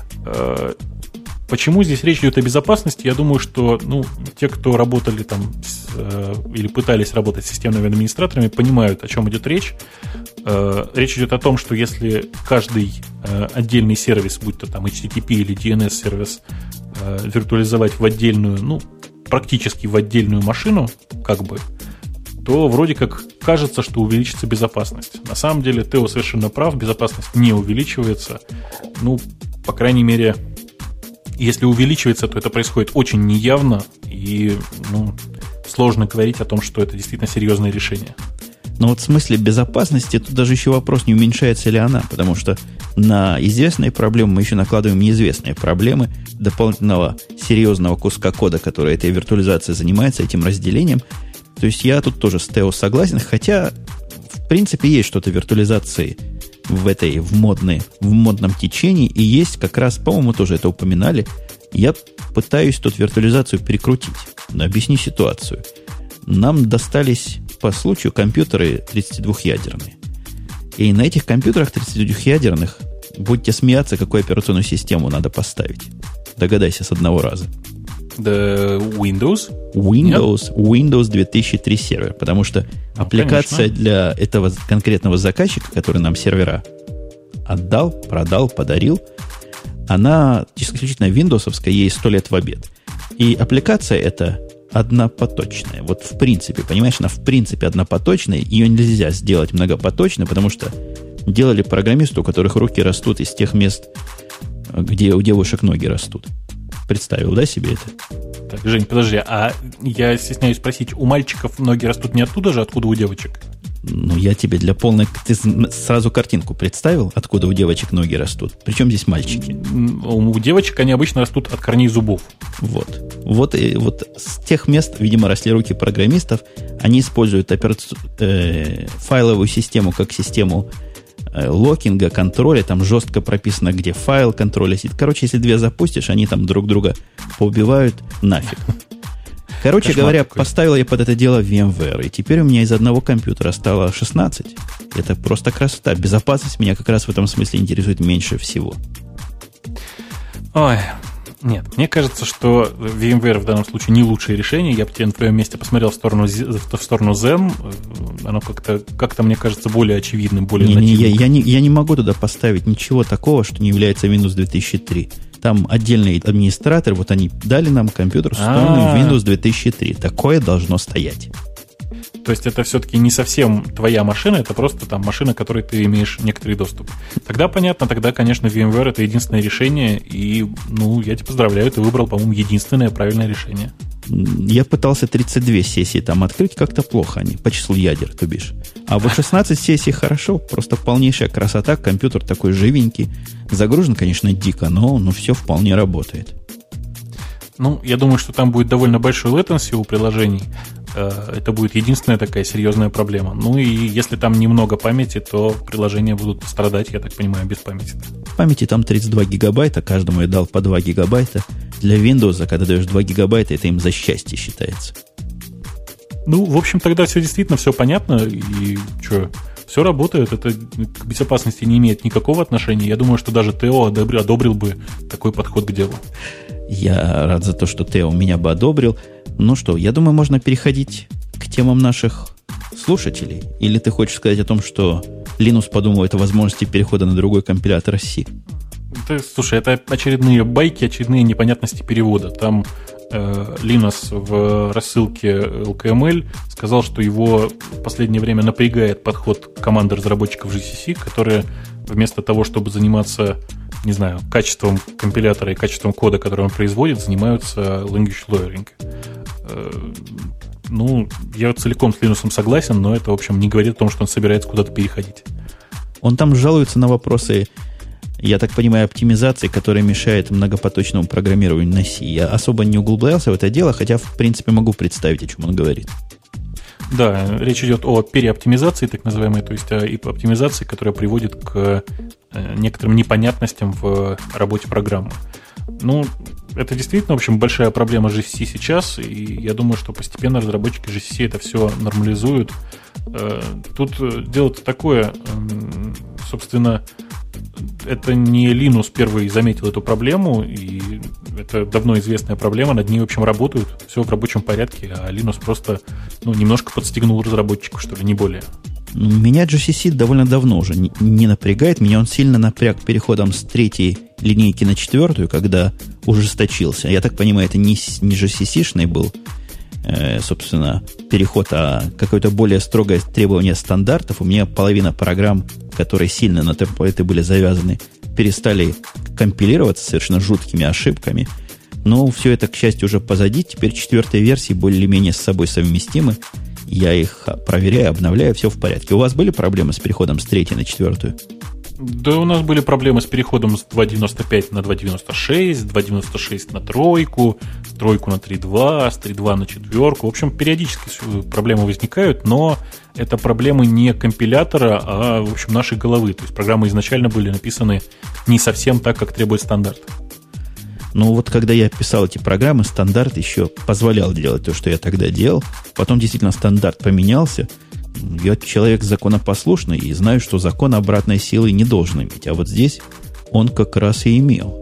Почему здесь речь идет о безопасности? Я думаю, что ну, те, кто работали там с, или пытались работать с системными администраторами, понимают, о чем идет речь. Речь идет о том, что если каждый отдельный сервис, будь то там эйч ти ти пи или ди эн эс-сервис, виртуализовать в отдельную, ну, практически в отдельную машину, как бы, то вроде как кажется, что увеличится безопасность. На самом деле Тео совершенно прав, безопасность не увеличивается. Ну, по крайней мере, если увеличивается, то это происходит очень неявно, и ну, сложно говорить о том, что это действительно серьезное решение. Но вот в смысле безопасности тут даже еще вопрос, не уменьшается ли она, потому что на известные проблемы мы еще накладываем неизвестные проблемы дополнительного серьезного куска кода, который этой виртуализацией занимается, этим разделением. То есть я тут тоже с Тео согласен, хотя в принципе есть что-то виртуализации в этой, в, модной, в модном течении, и есть как раз, по-моему, тоже это упоминали, я пытаюсь тут виртуализацию перекрутить. Но объясню ситуацию. Нам достались по случаю компьютеры тридцатидвухъядерные. И на этих компьютерах тридцатидвухъядерных, будьте смеяться, какую операционную систему надо поставить. Догадайся с одного раза. Да, Windows? Windows, Windows две тысячи три сервер, потому что ну, аппликация конечно. Для этого конкретного заказчика, который нам сервера отдал, продал, подарил, она исключительно виндовсовская, ей сто лет в обед. И аппликация эта однопоточная. Вот в принципе, понимаешь, она в принципе однопоточная, ее нельзя сделать многопоточной, потому что делали программисты, у которых руки растут из тех мест, где у девушек ноги растут. Представил, да, себе это? Так, Жень, подожди, а я стесняюсь спросить, у мальчиков ноги растут не оттуда же, откуда у девочек? Ну, я тебе для полной... Ты сразу картинку представил, откуда у девочек ноги растут? Причем здесь мальчики? У девочек они обычно растут от корней зубов. Вот. Вот, и, вот с тех мест, видимо, росли руки программистов. Они используют операци... э, файловую систему как систему локинга, контроля, там жестко прописано, где файл контроля сидит. Короче, если две запустишь, они там друг друга поубивают нафиг. Короче Кошмар говоря, такой. Поставил я под это дело VMware, и теперь у меня из одного компьютера стало шестнадцать. Это просто красота. Безопасность меня как раз в этом смысле интересует меньше всего. Ой, нет, мне кажется, что VMware в данном случае не лучшее решение. Я бы тебе на твоем месте посмотрел в сторону, в сторону Zen. Оно как-то, как-то, мне кажется, более очевидным, более не, не, я, я, не, я не могу туда поставить ничего такого, что не является Windows две тысячи три. Там отдельный администратор, вот они дали нам компьютер с встроенным Windows две тысячи три. Такое должно стоять. То есть это все-таки не совсем твоя машина, это просто там машина, к которой ты имеешь некоторый доступ. Тогда понятно, тогда, конечно, VMware это единственное решение, и, ну, я тебя поздравляю, ты выбрал, по-моему, единственное правильное решение. Я пытался тридцать две сессии там открыть, как-то плохо они, по числу ядер, то бишь. А вот шестнадцать сессий хорошо, просто полнейшая красота, компьютер такой живенький. Загружен, конечно, дико, но, но все вполне работает. Ну, я думаю, что там будет довольно большой latency у приложений. Это будет единственная такая серьезная проблема. Ну и если там немного памяти, то приложения будут страдать, я так понимаю, без памяти. Памяти там тридцать два гигабайта, каждому я дал по два гигабайта. Для Windows, когда даешь два гигабайта, это им за счастье считается. Ну, в общем, тогда все действительно все понятно. И что, все работает. Это к безопасности не имеет никакого отношения. Я думаю, что даже Тео одобрил, одобрил бы такой подход к делу. Я рад за то, что Тео меня бы одобрил. Ну что, я думаю, можно переходить к темам наших слушателей. Или ты хочешь сказать о том, что Linux подумывает о возможности перехода на другой компилятор C? Это, слушай, это очередные байки, очередные непонятности перевода. Там э, Linux в рассылке эл кей эм эль сказал, что его в последнее время напрягает подход команды разработчиков джи си си, которые вместо того, чтобы заниматься, не знаю, качеством компилятора и качеством кода, который он производит, занимаются language layering. Ну, я целиком с Linux согласен, но это, в общем, не говорит о том, что он собирается куда-то переходить. Он там жалуется на вопросы, я так понимаю, оптимизации, которая мешает многопоточному программированию на C. Я особо не углублялся в это дело, хотя, в принципе, могу представить, о чем он говорит. Да, речь идет о переоптимизации, так называемой, то есть о оптимизации, которая приводит к некоторым непонятностям в работе программы. Ну, это действительно, в общем, большая проблема джи си си сейчас, и я думаю, что постепенно разработчики джи си си это все нормализуют. Тут дело-то такое, собственно, это не Linux первый заметил эту проблему, и это давно известная проблема, над ней, в общем, работают, все в рабочем порядке, а Linux просто, ну, немножко подстегнул разработчиков, что ли, не более. Меня джи си си довольно давно уже не, не напрягает. Меня он сильно напряг переходом с третьей линейки на четвертую, когда ужесточился. Я так понимаю, это не, не джи си си-шный был, э, собственно, переход, а какое-то более строгое требование стандартов. У меня половина программ, которые сильно на это были завязаны, перестали компилироваться совершенно жуткими ошибками. Но все это, к счастью, уже позади. Теперь четвертые версии более-менее с собой совместимы. Я их проверяю, обновляю, все в порядке. У вас были проблемы с переходом с третьей на четвертую? Да, у нас были проблемы с переходом с два девяносто пять на два девяносто шесть, с два девяносто шесть на тройку, с тройку на три два, с три два на четверку. В общем, периодически проблемы возникают, но это проблемы не компилятора, а, в общем, нашей головы. То есть программы изначально были написаны не совсем так, как требует стандарт. Ну, вот когда я писал эти программы, стандарт еще позволял делать то, что я тогда делал. Потом действительно стандарт поменялся. Я человек законопослушный и знаю, что закон обратной силы не должен иметь. А вот здесь он как раз и имел.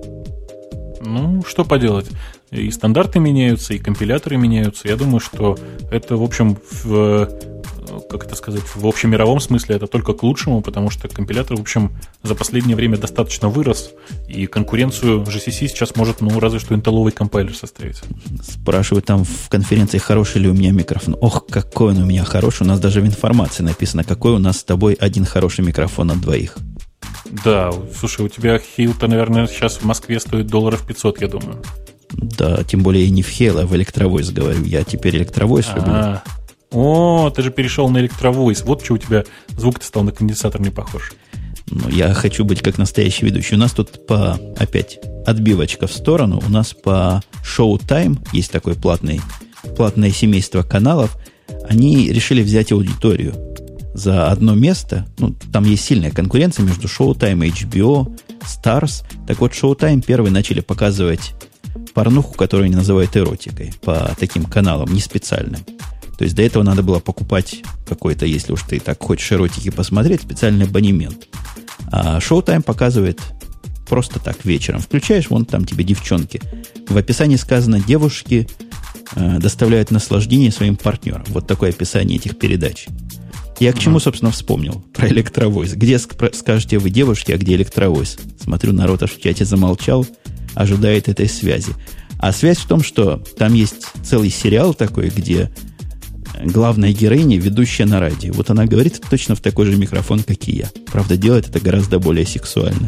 Ну, что поделать. И стандарты меняются, и компиляторы меняются. Я думаю, что это, в общем, в, как это сказать, в общемировом смысле это только к лучшему, потому что компилятор, в общем, за последнее время достаточно вырос, и конкуренцию джи си си сейчас может, ну, разве что интелловый компайлер составить. Спрашивают там в конференции, хороший ли у меня микрофон. Ох, какой он у меня хороший. У нас даже в информации написано, какой у нас с тобой один хороший микрофон от двоих. Да, слушай, у тебя Хейл-то, наверное, сейчас в Москве стоит долларов пятьсот, я думаю. Да, тем более и не в Хейл, а в электровойс говорю. Я теперь электровойс люблю. О, ты же перешел на электровойс. Вот что у тебя звук-то стал на конденсатор не похож. Ну, я хочу быть как настоящий ведущий. У нас тут по, опять, отбивочка в сторону. У нас по Showtime есть такое платное, платное семейство каналов. Они решили взять аудиторию за одно место. Ну, там есть сильная конкуренция между Showtime, эйч би о, Stars. Так вот, Showtime первые начали показывать порнуху, которую они называют эротикой, по таким каналам, не специальным. То есть до этого надо было покупать какой-то, если уж ты так хочешь эротики посмотреть, специальный абонемент. А Showtime показывает просто так вечером. Включаешь, вон там тебе девчонки. В описании сказано, девушки э, доставляют наслаждение своим партнерам. Вот такое описание этих передач. Я к чему, собственно, вспомнил? Про электровойс. Где скажете вы девушки, а где электровойс? Смотрю, народ аж в чате замолчал, ожидает этой связи. А связь в том, что там есть целый сериал такой, где главная героиня, ведущая на радио. Вот она говорит точно в такой же микрофон, как и я. Правда, делает это гораздо более сексуально.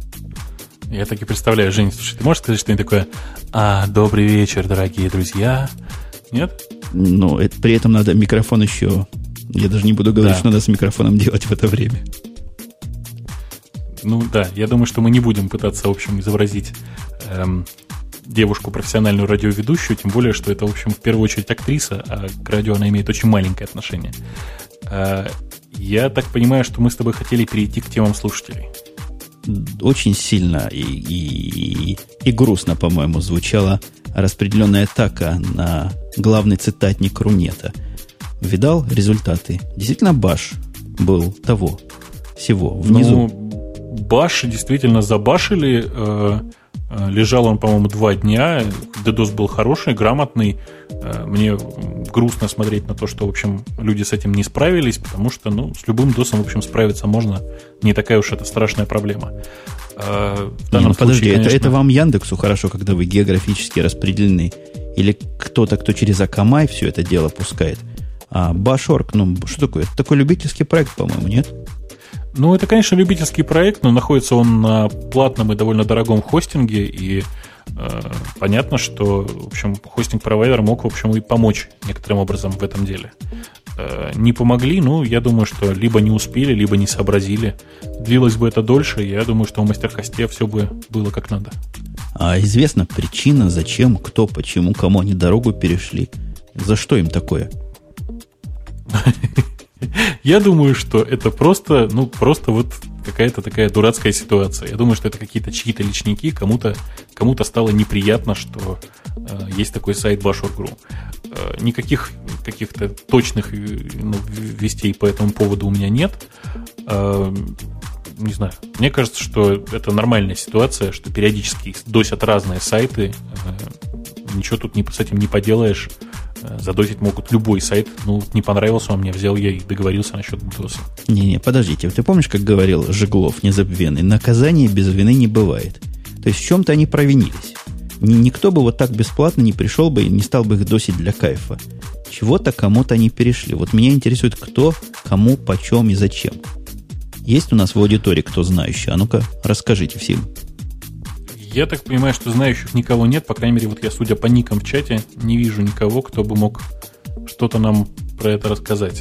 Я так и представляю, Женя, слушай, ты можешь сказать что-нибудь такое? А, добрый вечер, дорогие друзья. Нет? Ну, это, при этом надо микрофон еще... Я даже не буду говорить, да. что надо с микрофоном делать в это время. Ну да, я думаю, что мы не будем пытаться, в общем, изобразить эм, девушку, профессиональную радиоведущую, тем более, что это, в общем, в первую очередь актриса, а к радио она имеет очень маленькое отношение. Я так понимаю, что мы с тобой хотели перейти к темам слушателей. Очень сильно и, и, и грустно, по-моему, звучала распределенная атака на главный цитатник Рунета. Видал результаты? Действительно, баш был того всего внизу. Ну, баш действительно забашили. Э, э, лежал он, по-моему, два дня. DDoS был хороший, грамотный. Э, мне грустно смотреть на то, что, в общем, люди с этим не справились, потому что, ну, с любым досом, в общем, справиться можно. Не такая уж это страшная проблема. Э, не, ну, случае, подожди, конечно... это, это вам Яндексу хорошо, когда вы географически распределены. Или кто-то, кто через Akamai все это дело пускает. А Башорг, ну, что такое? Это такой любительский проект, по-моему, нет? Ну, это, конечно, любительский проект, но находится он на платном и довольно дорогом хостинге, и э, понятно, что, в общем, хостинг-провайдер мог, в общем, и помочь некоторым образом в этом деле. Э, не помогли, ну, я думаю, что либо не успели, либо не сообразили. Длилось бы это дольше, я думаю, что в мастерхосте все бы было как надо. А известна причина, зачем, кто, почему, кому они дорогу перешли? За что им такое? Я думаю, что это просто, ну, просто вот какая-то такая дурацкая ситуация. Я думаю, что это какие-то чьи-то личники, кому-то, кому-то стало неприятно, что э, есть такой сайт bashorg точка ру. Э, никаких каких-то точных ну, вестей по этому поводу у меня нет. Э, не знаю. Мне кажется, что это нормальная ситуация, что периодически досят разные сайты. Э, ничего тут не, с этим не поделаешь. Задосить могут любой сайт. Ну, не понравился он мне, взял я и договорился насчет доса. Не-не, подождите. Ты помнишь, как говорил Жеглов незабвенный? Наказание без вины не бывает. То есть в чем-то они провинились. Никто бы вот так бесплатно не пришел бы и не стал бы их досить для кайфа. Чего-то кому-то они перешли. Вот меня интересует, кто, кому, почем и зачем. Есть у нас в аудитории кто знающий? А ну-ка, расскажите всем. Я так понимаю, что знающих никого нет. По крайней мере, вот я, судя по никам в чате, не вижу никого, кто бы мог что-то нам про это рассказать.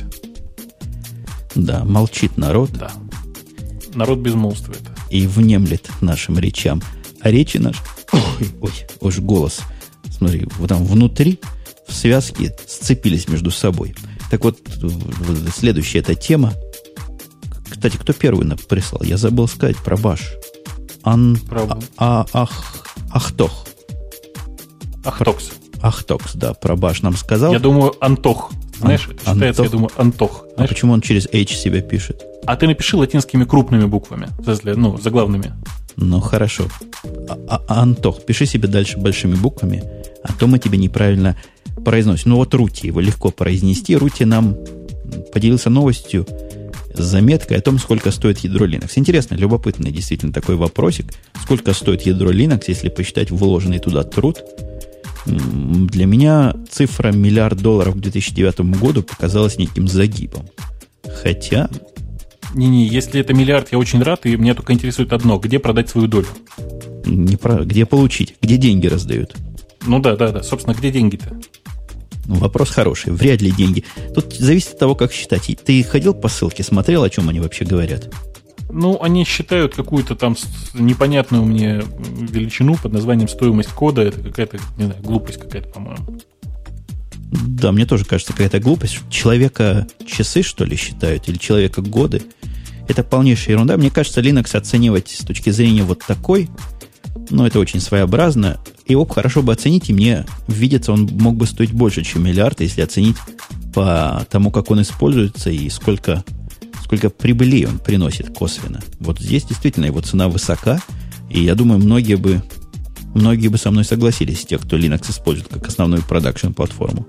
Да, молчит народ. Да. Народ безмолвствует. И внемлет нашим речам. А речи наши... Ой, ой, уж голос. Смотри, вот там внутри в связке сцепились между собой. Так вот, следующая эта тема. Кстати, кто первый прислал? Я забыл сказать про баш. Ан... А, а, ах, Ахтох. Ахтокс. Ахтокс, да, про баш нам сказал. Я думаю, Антох. Знаешь, это считается, я думаю, Антох. А почему он через H себя пишет? А ты напиши латинскими крупными буквами, ну, заглавными. Ну, хорошо. А, а, Антох, пиши себе дальше большими буквами, а то мы тебе неправильно произносим. Ну, вот Рути, его легко произнести. Рути нам поделился новостью, с заметкой о том, сколько стоит ядро Linux. Интересно, любопытный действительно такой вопросик. Сколько стоит ядро Linux, если посчитать вложенный туда труд? Для меня цифра миллиард долларов к две тысячи девятому году показалась неким загибом. Хотя... Не-не, если это миллиард, я очень рад, и меня только интересует одно. Где продать свою долю? Не про... Где получить? Где деньги раздают? Ну да, да, да. Собственно, где деньги-то? Ну, вопрос хороший. Вряд ли деньги. Тут зависит от того, как считать. Ты ходил по ссылке, смотрел, о чем они вообще говорят? Ну, они считают какую-то там непонятную мне величину под названием стоимость кода. Это какая-то, не знаю, глупость какая-то, по-моему. Да, мне тоже кажется, какая-то глупость. Человека часы, что ли, считают? Или человека годы? Это полнейшая ерунда. Мне кажется, Linux оценивать с точки зрения вот такой, ну, это очень своеобразно. Его хорошо бы оценить, и мне видится, он мог бы стоить больше, чем миллиард, если оценить по тому, как он используется и сколько, сколько прибыли он приносит косвенно. Вот здесь действительно его цена высока, и я думаю, многие бы, многие бы со мной согласились, те, кто Linux использует как основную продакшн-платформу.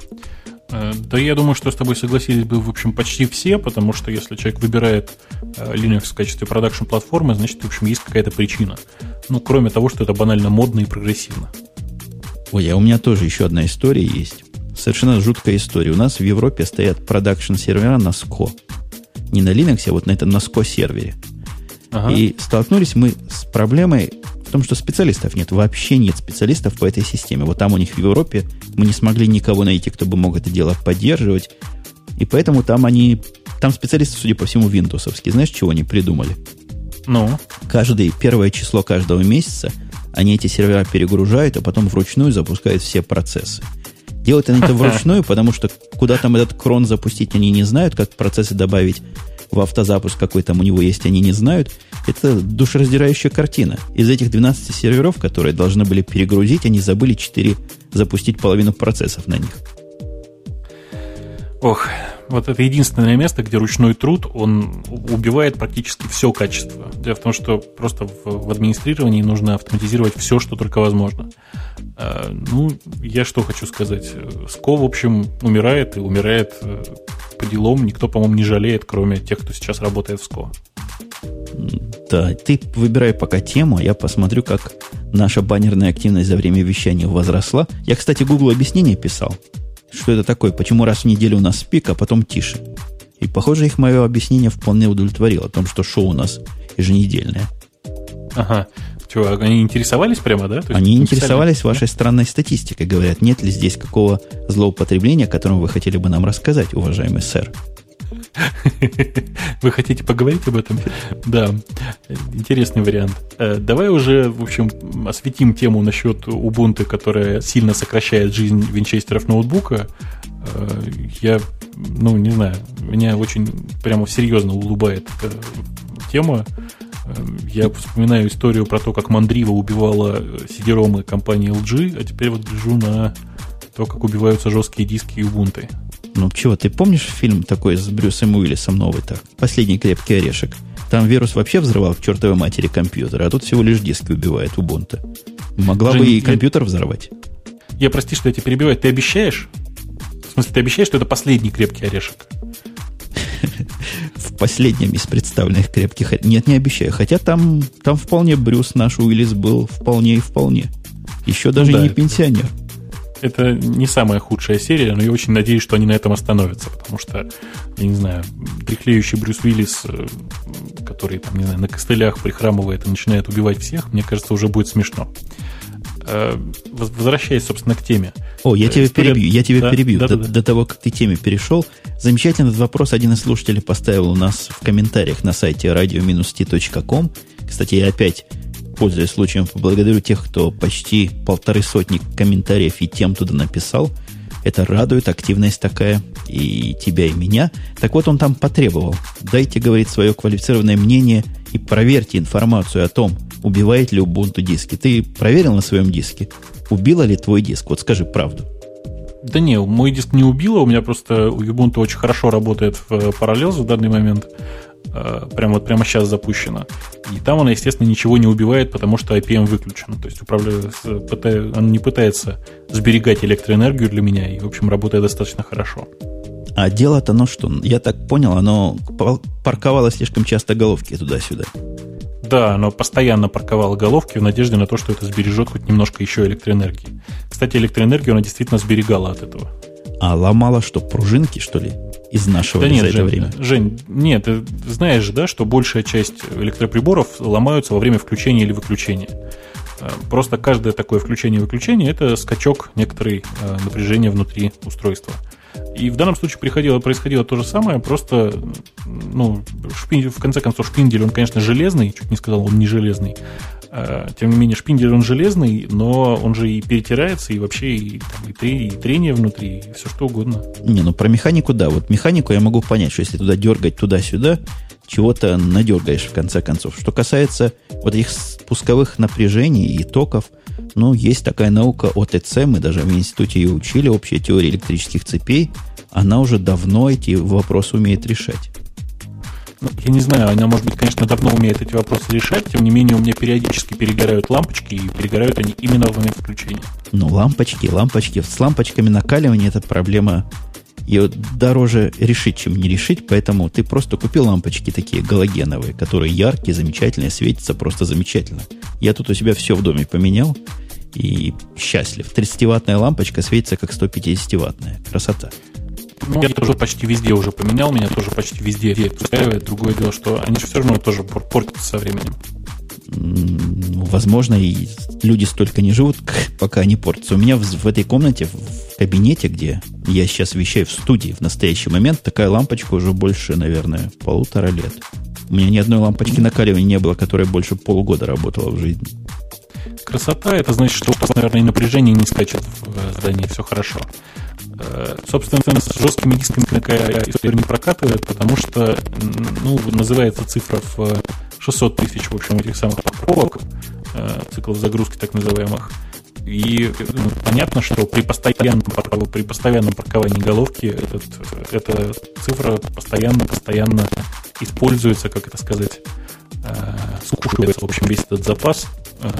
Да, я думаю, что с тобой согласились бы, в общем, почти все, потому что если человек выбирает Linux в качестве продакшн-платформы, значит, в общем, есть какая-то причина. Ну, кроме того, что это банально модно и прогрессивно. Ой, а у меня тоже еще одна история есть. Совершенно жуткая история. У нас в Европе стоят продакшн-сервера на Ско. Не на Linux, а вот на этом на Ско-сервере. Ага. И столкнулись мы с проблемой в том, что специалистов нет. Вообще нет специалистов по этой системе. Вот там у них в Европе мы не смогли никого найти, кто бы мог это дело поддерживать. И поэтому там они... Там специалисты, судя по всему, виндовсовские. Знаешь, чего они придумали? Ну? Каждое первое число каждого месяца они эти сервера перегружают, а потом вручную запускают все процессы. Делают они это вручную, потому что куда там этот крон запустить, они не знают, как процессы добавить в автозапуск, какой там у него есть, они не знают. Это душераздирающая картина. Из этих двенадцати серверов, которые должны были перегрузить, они забыли четыре запустить половину процессов на них. Ох, вот это единственное место, где ручной труд, он убивает практически все качество. Дело в том, что просто в, в администрировании нужно автоматизировать все, что только возможно. А, ну, я что хочу сказать. СКО, в общем, умирает и умирает по делам. Никто, по-моему, не жалеет, кроме тех, кто сейчас работает в СКО. Да, ты выбирай пока тему, а я посмотрю, как наша баннерная активность за время вещания возросла. Я, кстати, Google объяснение писал. Что это такое? Почему раз в неделю у нас пик, а потом тише? И, похоже, их мое объяснение вполне удовлетворило о том, что шоу у нас еженедельное. Ага. Чего, они интересовались прямо, да? То есть они написали, интересовались да? вашей странной статистикой. Говорят, нет ли здесь какого злоупотребления, о котором вы хотели бы нам рассказать, уважаемый сэр? Вы хотите поговорить об этом? Да, интересный вариант. Давай уже, в общем, осветим тему насчет Ubuntu, которая сильно сокращает жизнь винчестеров ноутбука. Я, ну, не знаю, меня очень прямо серьезно улыбает эта тема. Я вспоминаю историю про то, как Мандрива убивала си ди-ромы компании эл джи, а теперь вот гляжу на то, как убиваются жесткие диски Ubuntu. Ну, чего, ты помнишь фильм такой с Брюсом Уиллисом новый так? «Последний крепкий орешек». Там вирус вообще взрывал к чертовой матери компьютера, а тут всего лишь диски убивает Ubuntu. Могла Жень, бы и компьютер я... взорвать. Я, прости, что я тебя перебиваю. Ты обещаешь? В смысле, ты обещаешь, что это последний крепкий орешек? В последнем из представленных крепких орешков. Нет, не обещаю. Хотя там, там вполне Брюс наш Уиллис был вполне и вполне. Еще даже ну, да, не пенсионер. Это не самая худшая серия, но я очень надеюсь, что они на этом остановятся, потому что, я не знаю, дряхлеющий Брюс Уиллис, который, там, не знаю, на костылях прихрамывает и начинает убивать всех, мне кажется, уже будет смешно. Возвращаясь, собственно, к теме. О, я тебя История... перебью, я тебя да, перебью. Да, до, да. до того, как ты к теме перешел. Замечательный вопрос один из слушателей поставил у нас в комментариях на сайте радио ти точка ком. Кстати, я опять, пользуясь случаем, поблагодарю тех, кто почти полторы сотни комментариев и тем туда написал. Это радует, активность такая и тебя, и меня. Так вот, он там потребовал. Дайте, говорит, свое квалифицированное мнение и проверьте информацию о том, убивает ли Ubuntu диски. Ты проверил на своем диске? Убила ли твой диск? Вот скажи правду. Да не, мой диск не убило. У меня просто Ubuntu очень хорошо работает в Parallels в данный момент. Прямо вот прямо сейчас запущена. И там она, естественно, ничего не убивает, потому что ай пи эм выключен. То есть управляет, она не пытается сберегать электроэнергию для меня и, в общем, работает достаточно хорошо. А дело-то оно что? Я так понял, оно парковало слишком часто головки туда-сюда. Да, оно постоянно парковало головки в надежде на то, что это сбережет хоть немножко еще электроэнергии. Кстати, электроэнергию она действительно сберегала от этого. А ломала что, пружинки, что ли? Изнашивали да нет, за это Жень, время? Жень, нет, ты знаешь же, да, что большая часть электроприборов ломаются во время включения или выключения. Просто каждое такое включение и выключение – это скачок некоторой напряжения внутри устройства. И в данном случае приходило, происходило то же самое, просто, ну, шпиндель, в конце концов, шпиндель, он, конечно, железный, чуть не сказал, он не железный. Тем не менее, шпиндель, он железный, но он же и перетирается, и вообще и, там, и, трение, и трение внутри, и все что угодно. Не, ну про механику, да. Вот механику я могу понять, что если туда дергать туда-сюда, чего-то надергаешь в конце концов. Что касается вот этих спусковых напряжений и токов, ну, есть такая наука о тэ цэ, мы даже в институте ее учили, общая теория электрических цепей, она уже давно эти вопросы умеет решать. Ну, я не знаю, она, может быть, конечно, давно умеет эти вопросы решать, тем не менее у меня периодически перегорают лампочки, и перегорают они именно в момент включения. Ну, лампочки, лампочки. С лампочками накаливания это проблема, ее дороже решить, чем не решить, поэтому ты просто купил лампочки такие галогеновые, которые яркие, замечательные, светятся просто замечательно. Я тут у себя все в доме поменял и счастлив. тридцативаттная лампочка светится как сто пятидесятиваттная. Красота. Ну, я тоже почти везде уже поменял, меня тоже почти везде устраивает. Другое дело, что они же все равно тоже портятся со временем. Возможно, и люди столько не живут, пока они портятся. У меня в, в этой комнате, в кабинете, где я сейчас вещаю в студии в настоящий момент, такая лампочка уже больше, наверное, полутора лет. У меня ни одной лампочки накаливания не было, которая больше полугода работала в жизни. красота, это значит, что у вас, наверное, и напряжение не скачет в здании, все хорошо. Собственно, с жесткими дисками такая история не прокатывает, потому что, ну, называется цифра в шестьсот тысяч, в общем, этих самых парковок, циклов загрузки так называемых. И ну, понятно, что при постоянном, при постоянном парковании головки этот, эта цифра постоянно-постоянно используется, как это сказать, скушивается, в общем, весь этот запас.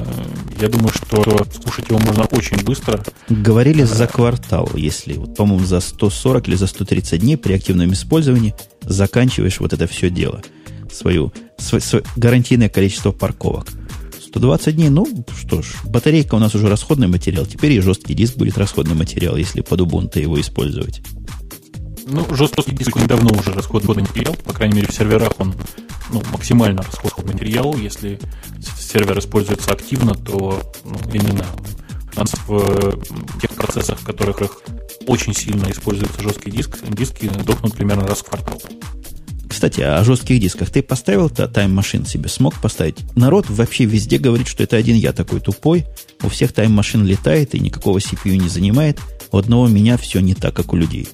Я думаю, что скушать его можно очень быстро. Говорили за квартал, если, вот, по-моему, за сто сорок или за сто тридцать дней при активном использовании заканчиваешь вот это все дело. Свою, свое, свое гарантийное количество парковок. сто двадцать дней, ну, что ж, батарейка у нас уже расходный материал. Теперь и жесткий диск будет расходный материал, если под Ubuntu его использовать. Ну, жесткий диск недавно уже расходный материал. По крайней мере, в серверах он ну, максимально расходный материал. Если сервер используется активно, то, ну, я не знаю, у нас в тех процессах, в которых очень сильно используется жесткий диск, диски дохнут примерно раз в квартал. Кстати, о жестких дисках. Ты поставил-то Time Machine себе? Смог поставить? Народ вообще везде говорит, что это один я такой тупой. У всех Time Machine летает и никакого си пи ю не занимает. У одного меня все не так, как у людей.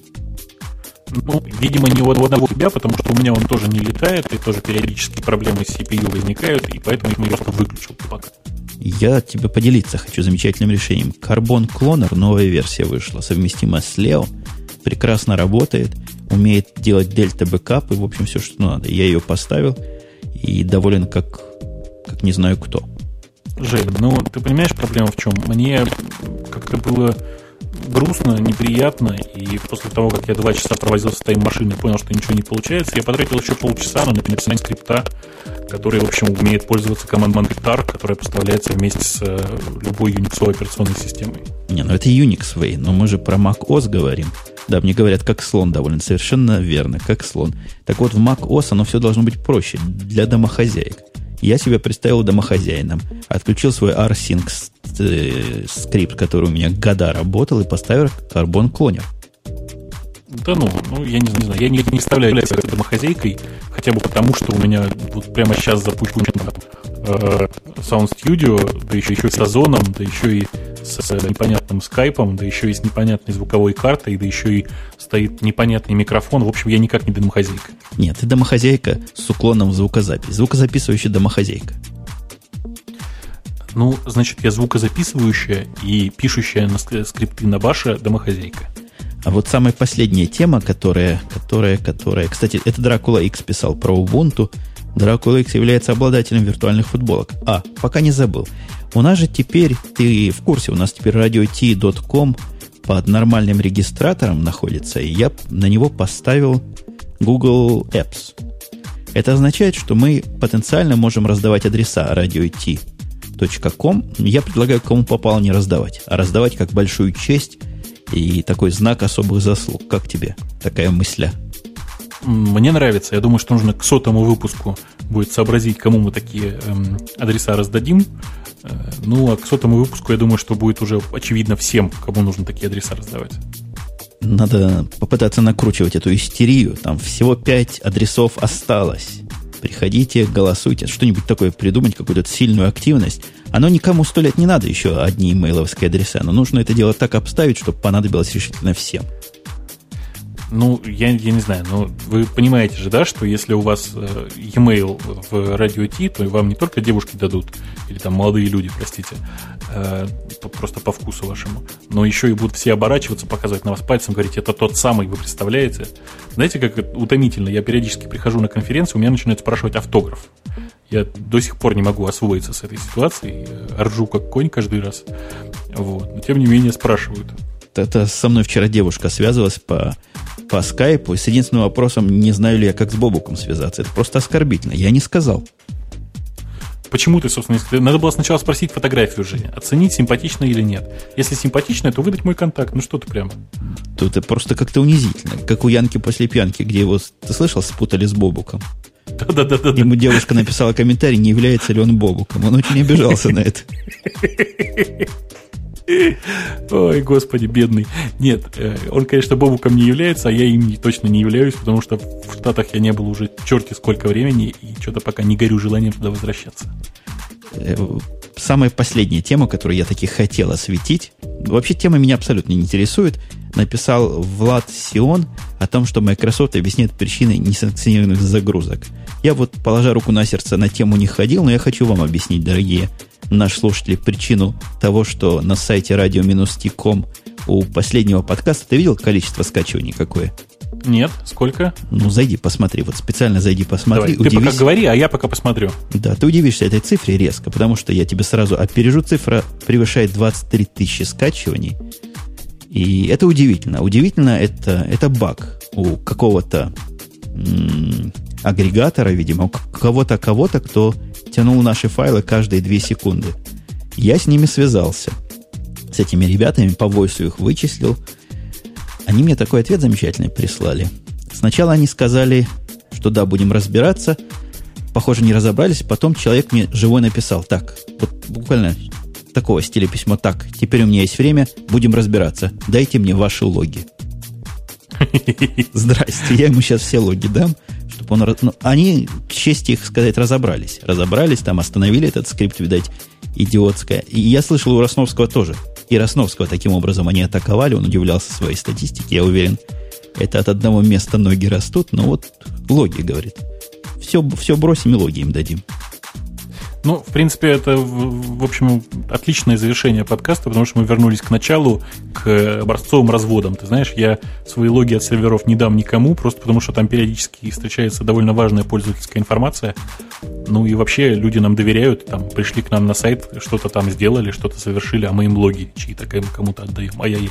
Ну, видимо, не у одного тебя, потому что у меня он тоже не летает, и тоже периодически проблемы с си пи ю возникают, и поэтому я его выключил пока. Я тебе поделиться хочу замечательным решением. Carbon Cloner, новая версия вышла, совместимая с Leo. Прекрасно работает. Умеет делать дельта бэкап и, в общем, все, что надо. Я ее поставил и доволен, как, как не знаю кто. Жень, ну, ты понимаешь, проблема в чем? Мне как-то было грустно, неприятно, и после того, как я два часа провозился с тайм-машиной и понял, что ничего не получается, я потратил еще полчаса на написание скрипта, который, в общем, умеет пользоваться командой tar, которая поставляется вместе с любой Unix операционной системой. Не, ну это Unix way, но мы же про macOS говорим. Да, мне говорят, как слон довольно. Совершенно верно, как слон. Так вот, в macOS оно все должно быть проще для домохозяек. Я себя представил домохозяином. Отключил свой rsync скрипт, который у меня года работал, и поставил Carbon Cloner. Да ну, ну я не, не знаю, я не, не представляю себя домохозяйкой, хотя бы потому, что у меня вот прямо сейчас запущен э, Sound Studio, да еще, еще и с Озоном, да еще и с непонятным скайпом, да еще и с непонятной звуковой картой, да еще и стоит непонятный микрофон. В общем, я никак не домохозяйка. Нет, ты домохозяйка с уклоном в звукозапись. Звукозаписывающая домохозяйка. Ну, значит, я звукозаписывающая и пишущая на скрипты на баше домохозяйка. А вот самая последняя тема, которая, которая, которая... Кстати, это Dracula X писал про Ubuntu. Dracula X является обладателем виртуальных футболок. А, пока не забыл. У нас же теперь, ты в курсе, у нас теперь радио ти точка ком под нормальным регистратором находится, и я на него поставил Google Apps. Это означает, что мы потенциально можем раздавать адреса радио ти точка ком. Я предлагаю, кому попало, не раздавать, а раздавать как большую честь и такой знак особых заслуг. Как тебе такая мысля? Мне нравится. Я думаю, что нужно к сотому выпуску будет сообразить, кому мы такие эм, адреса раздадим. Э, ну, а к сотому выпуску, я думаю, что будет уже очевидно всем, кому нужно такие адреса раздавать. Надо попытаться накручивать эту истерию. Там всего пять адресов осталось. Приходите, голосуйте. Что-нибудь такое придумать, какую-то сильную активность. Оно никому сто лет не надо, еще одни имейловские адреса. Но нужно это дело так обставить, чтобы понадобилось решительно всем. Ну, я, я не знаю, но вы понимаете же, да, что если у вас э, e-mail в радио Ти, то вам не только девушки дадут, или там молодые люди, простите, э, просто по вкусу вашему, но еще и будут все оборачиваться, показывать на вас пальцем, говорить, это тот самый, вы представляете? Знаете, как это утомительно? Я периодически прихожу на конференцию, у меня начинают спрашивать автограф. Я до сих пор не могу освоиться с этой ситуацией, ржу как конь каждый раз, вот. Но тем не менее спрашивают. Это со мной вчера девушка связывалась по, по скайпу и с единственным вопросом, не знаю ли я, как с Бобуком связаться. Это просто оскорбительно. Я не сказал. Почему ты, собственно, не... Надо было сначала спросить фотографию Жени, оценить, симпатично или нет. Если симпатично, то выдать мой контакт. Ну что ты прям. Тут это просто как-то унизительно. Как у Янки после пьянки, где его, ты слышал, спутали с Бобуком. Да-да-да. Ему девушка написала комментарий, не является ли он Бобуком. Он очень обижался на это. Ой, господи, бедный. Нет, он, конечно, Бобуком не является, а я им точно не являюсь, потому что в Штатах я не был уже черти сколько времени, и что-то пока не горю желанием туда возвращаться. самая последняя тема, которую я таки хотел осветить. Вообще тема меня абсолютно не интересует. Написал Влад Сион о том, что Microsoft объясняет причины несанкционированных загрузок. Я вот, положа руку на сердце, на тему не ходил, но я хочу вам объяснить, дорогие наши слушатели, причину того, что на сайте радио ти точка ком у последнего подкаста, ты видел количество скачиваний какое? Нет, сколько? Ну, зайди, посмотри. Вот специально зайди, посмотри. Давай, ты пока говори, а я пока посмотрю. Да, ты удивишься этой цифре резко, потому что я тебе сразу опережу. Цифра превышает двадцать три тысячи скачиваний. И это удивительно. Удивительно, это, это баг у какого-то м- агрегатора, видимо, у кого-то, кого-то, кто тянул наши файлы каждые две секунды. Я с ними связался. С этими ребятами, по войсу их вычислил. Они мне такой ответ замечательный прислали. Сначала они сказали, что да, будем разбираться. Похоже, не разобрались. Потом человек мне живой написал. Так, вот буквально такого стиля письмо. Так, теперь у меня есть время, будем разбираться. Дайте мне ваши логи. Здрасте, я ему сейчас все логи дам, чтобы он... Ну, они, к чести их сказать, разобрались. Разобрались, там остановили этот скрипт, видать, идиотское. И я слышал у Росновского тоже. И Росновского таким образом они атаковали. Он удивлялся своей статистике. Я уверен, это от одного места ноги растут. Но вот логи, говорит. Все, все бросим и логи им дадим. Ну, в принципе, это, в общем, отличное завершение подкаста, потому что мы вернулись к началу, к образцовым разводам. Ты знаешь, я свои логи от серверов не дам никому, просто потому что там периодически встречается довольно важная пользовательская информация. Ну и вообще люди нам доверяют, там пришли к нам на сайт, что-то там сделали, что-то совершили, а мы им логи чьи-то кому-то отдаем, а я им.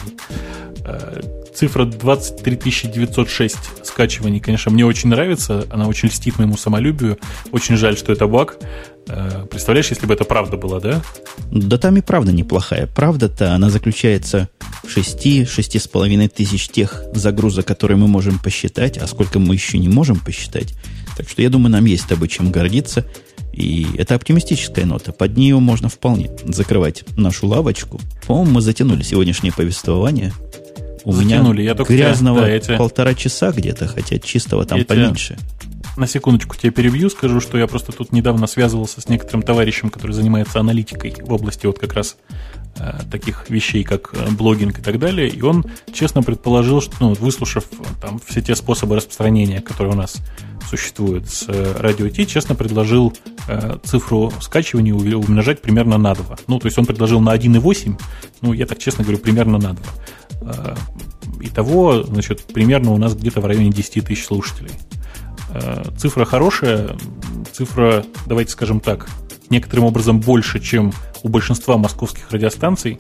Цифра двадцать три тысячи девятьсот шесть скачиваний, конечно, мне очень нравится, она очень льстит моему самолюбию. Очень жаль, что это баг. Представляешь, если бы это правда была, да? Да там и правда неплохая. Правда-то она заключается в шести-шести с половиной тысяч тех загрузок, которые мы можем посчитать, а сколько мы еще не можем посчитать. Так что я думаю, нам есть тобой чем гордиться. И это оптимистическая нота. Под нее можно вполне закрывать нашу лавочку. По-моему, мы затянули сегодняшнее повествование. У затянули. меня я грязного да, эти... полтора часа где-то, хотя чистого там я поменьше. На секундочку тебя перебью, скажу, что я просто тут недавно связывался с некоторым товарищем, который занимается аналитикой в области вот как раз э, таких вещей, как блогинг и так далее, и он честно предположил, что, ну, выслушав там все те способы распространения, которые у нас существуют с э, радио Ти, честно предложил э, цифру скачивания умножать примерно на два. Ну, то есть он предложил на один и восемь, ну, я так честно говорю, примерно на два. Э, итого, значит, примерно у нас где-то в районе десять тысяч слушателей. Цифра хорошая, цифра, давайте скажем так, некоторым образом больше, чем у большинства московских радиостанций.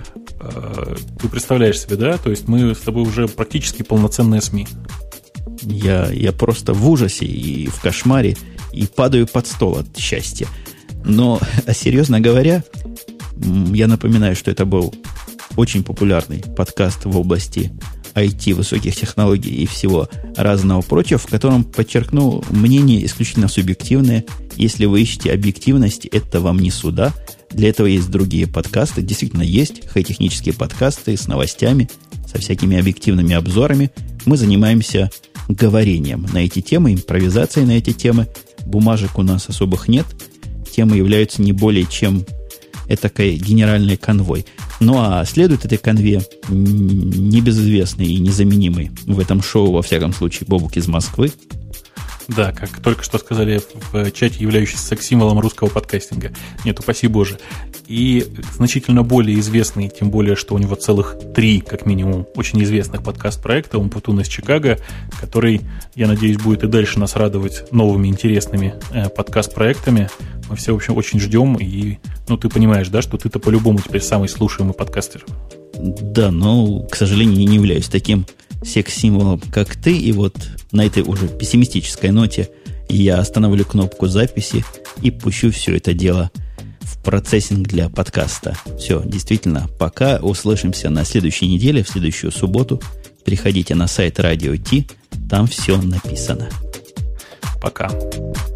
Ты представляешь себе, да? То есть мы с тобой уже практически полноценные СМИ. Я, я просто в ужасе и в кошмаре, и падаю под стол от счастья. Но, а серьезно говоря, я напоминаю, что это был очень популярный подкаст в области ай ти, высоких технологий и всего разного прочего, в котором подчеркну мнение исключительно субъективное. Если вы ищете объективность, это вам не суда. Для этого есть другие подкасты. Действительно есть хай-технические подкасты с новостями, со всякими объективными обзорами. Мы занимаемся говорением на эти темы, импровизацией на эти темы. Бумажек у нас особых нет. Темы являются не более чем этакой генеральный конвой. Ну а следует этой конве небезызвестный и незаменимый в этом шоу, во всяком случае, Бобук из Москвы. Да, как только что сказали в чате, являющийся секс-символом русского подкастинга. Нет, упаси Боже. И значительно более известный, тем более, что у него целых три, как минимум, очень известных подкаст-проекта «Умпутун из Чикаго», который, я надеюсь, будет и дальше нас радовать новыми интересными э, подкаст-проектами. Мы все, в общем, очень ждем. И, ну, ты понимаешь, да, что ты-то по-любому теперь самый слушаемый подкастер. Да, но, к сожалению, не являюсь таким секс-символом, как ты. И вот на этой уже пессимистической ноте я остановлю кнопку записи и пущу все это дело в процессинг для подкаста. Все, действительно, пока. Услышимся на следующей неделе, в следующую субботу. Приходите на сайт Радио Ти, там все написано. Пока.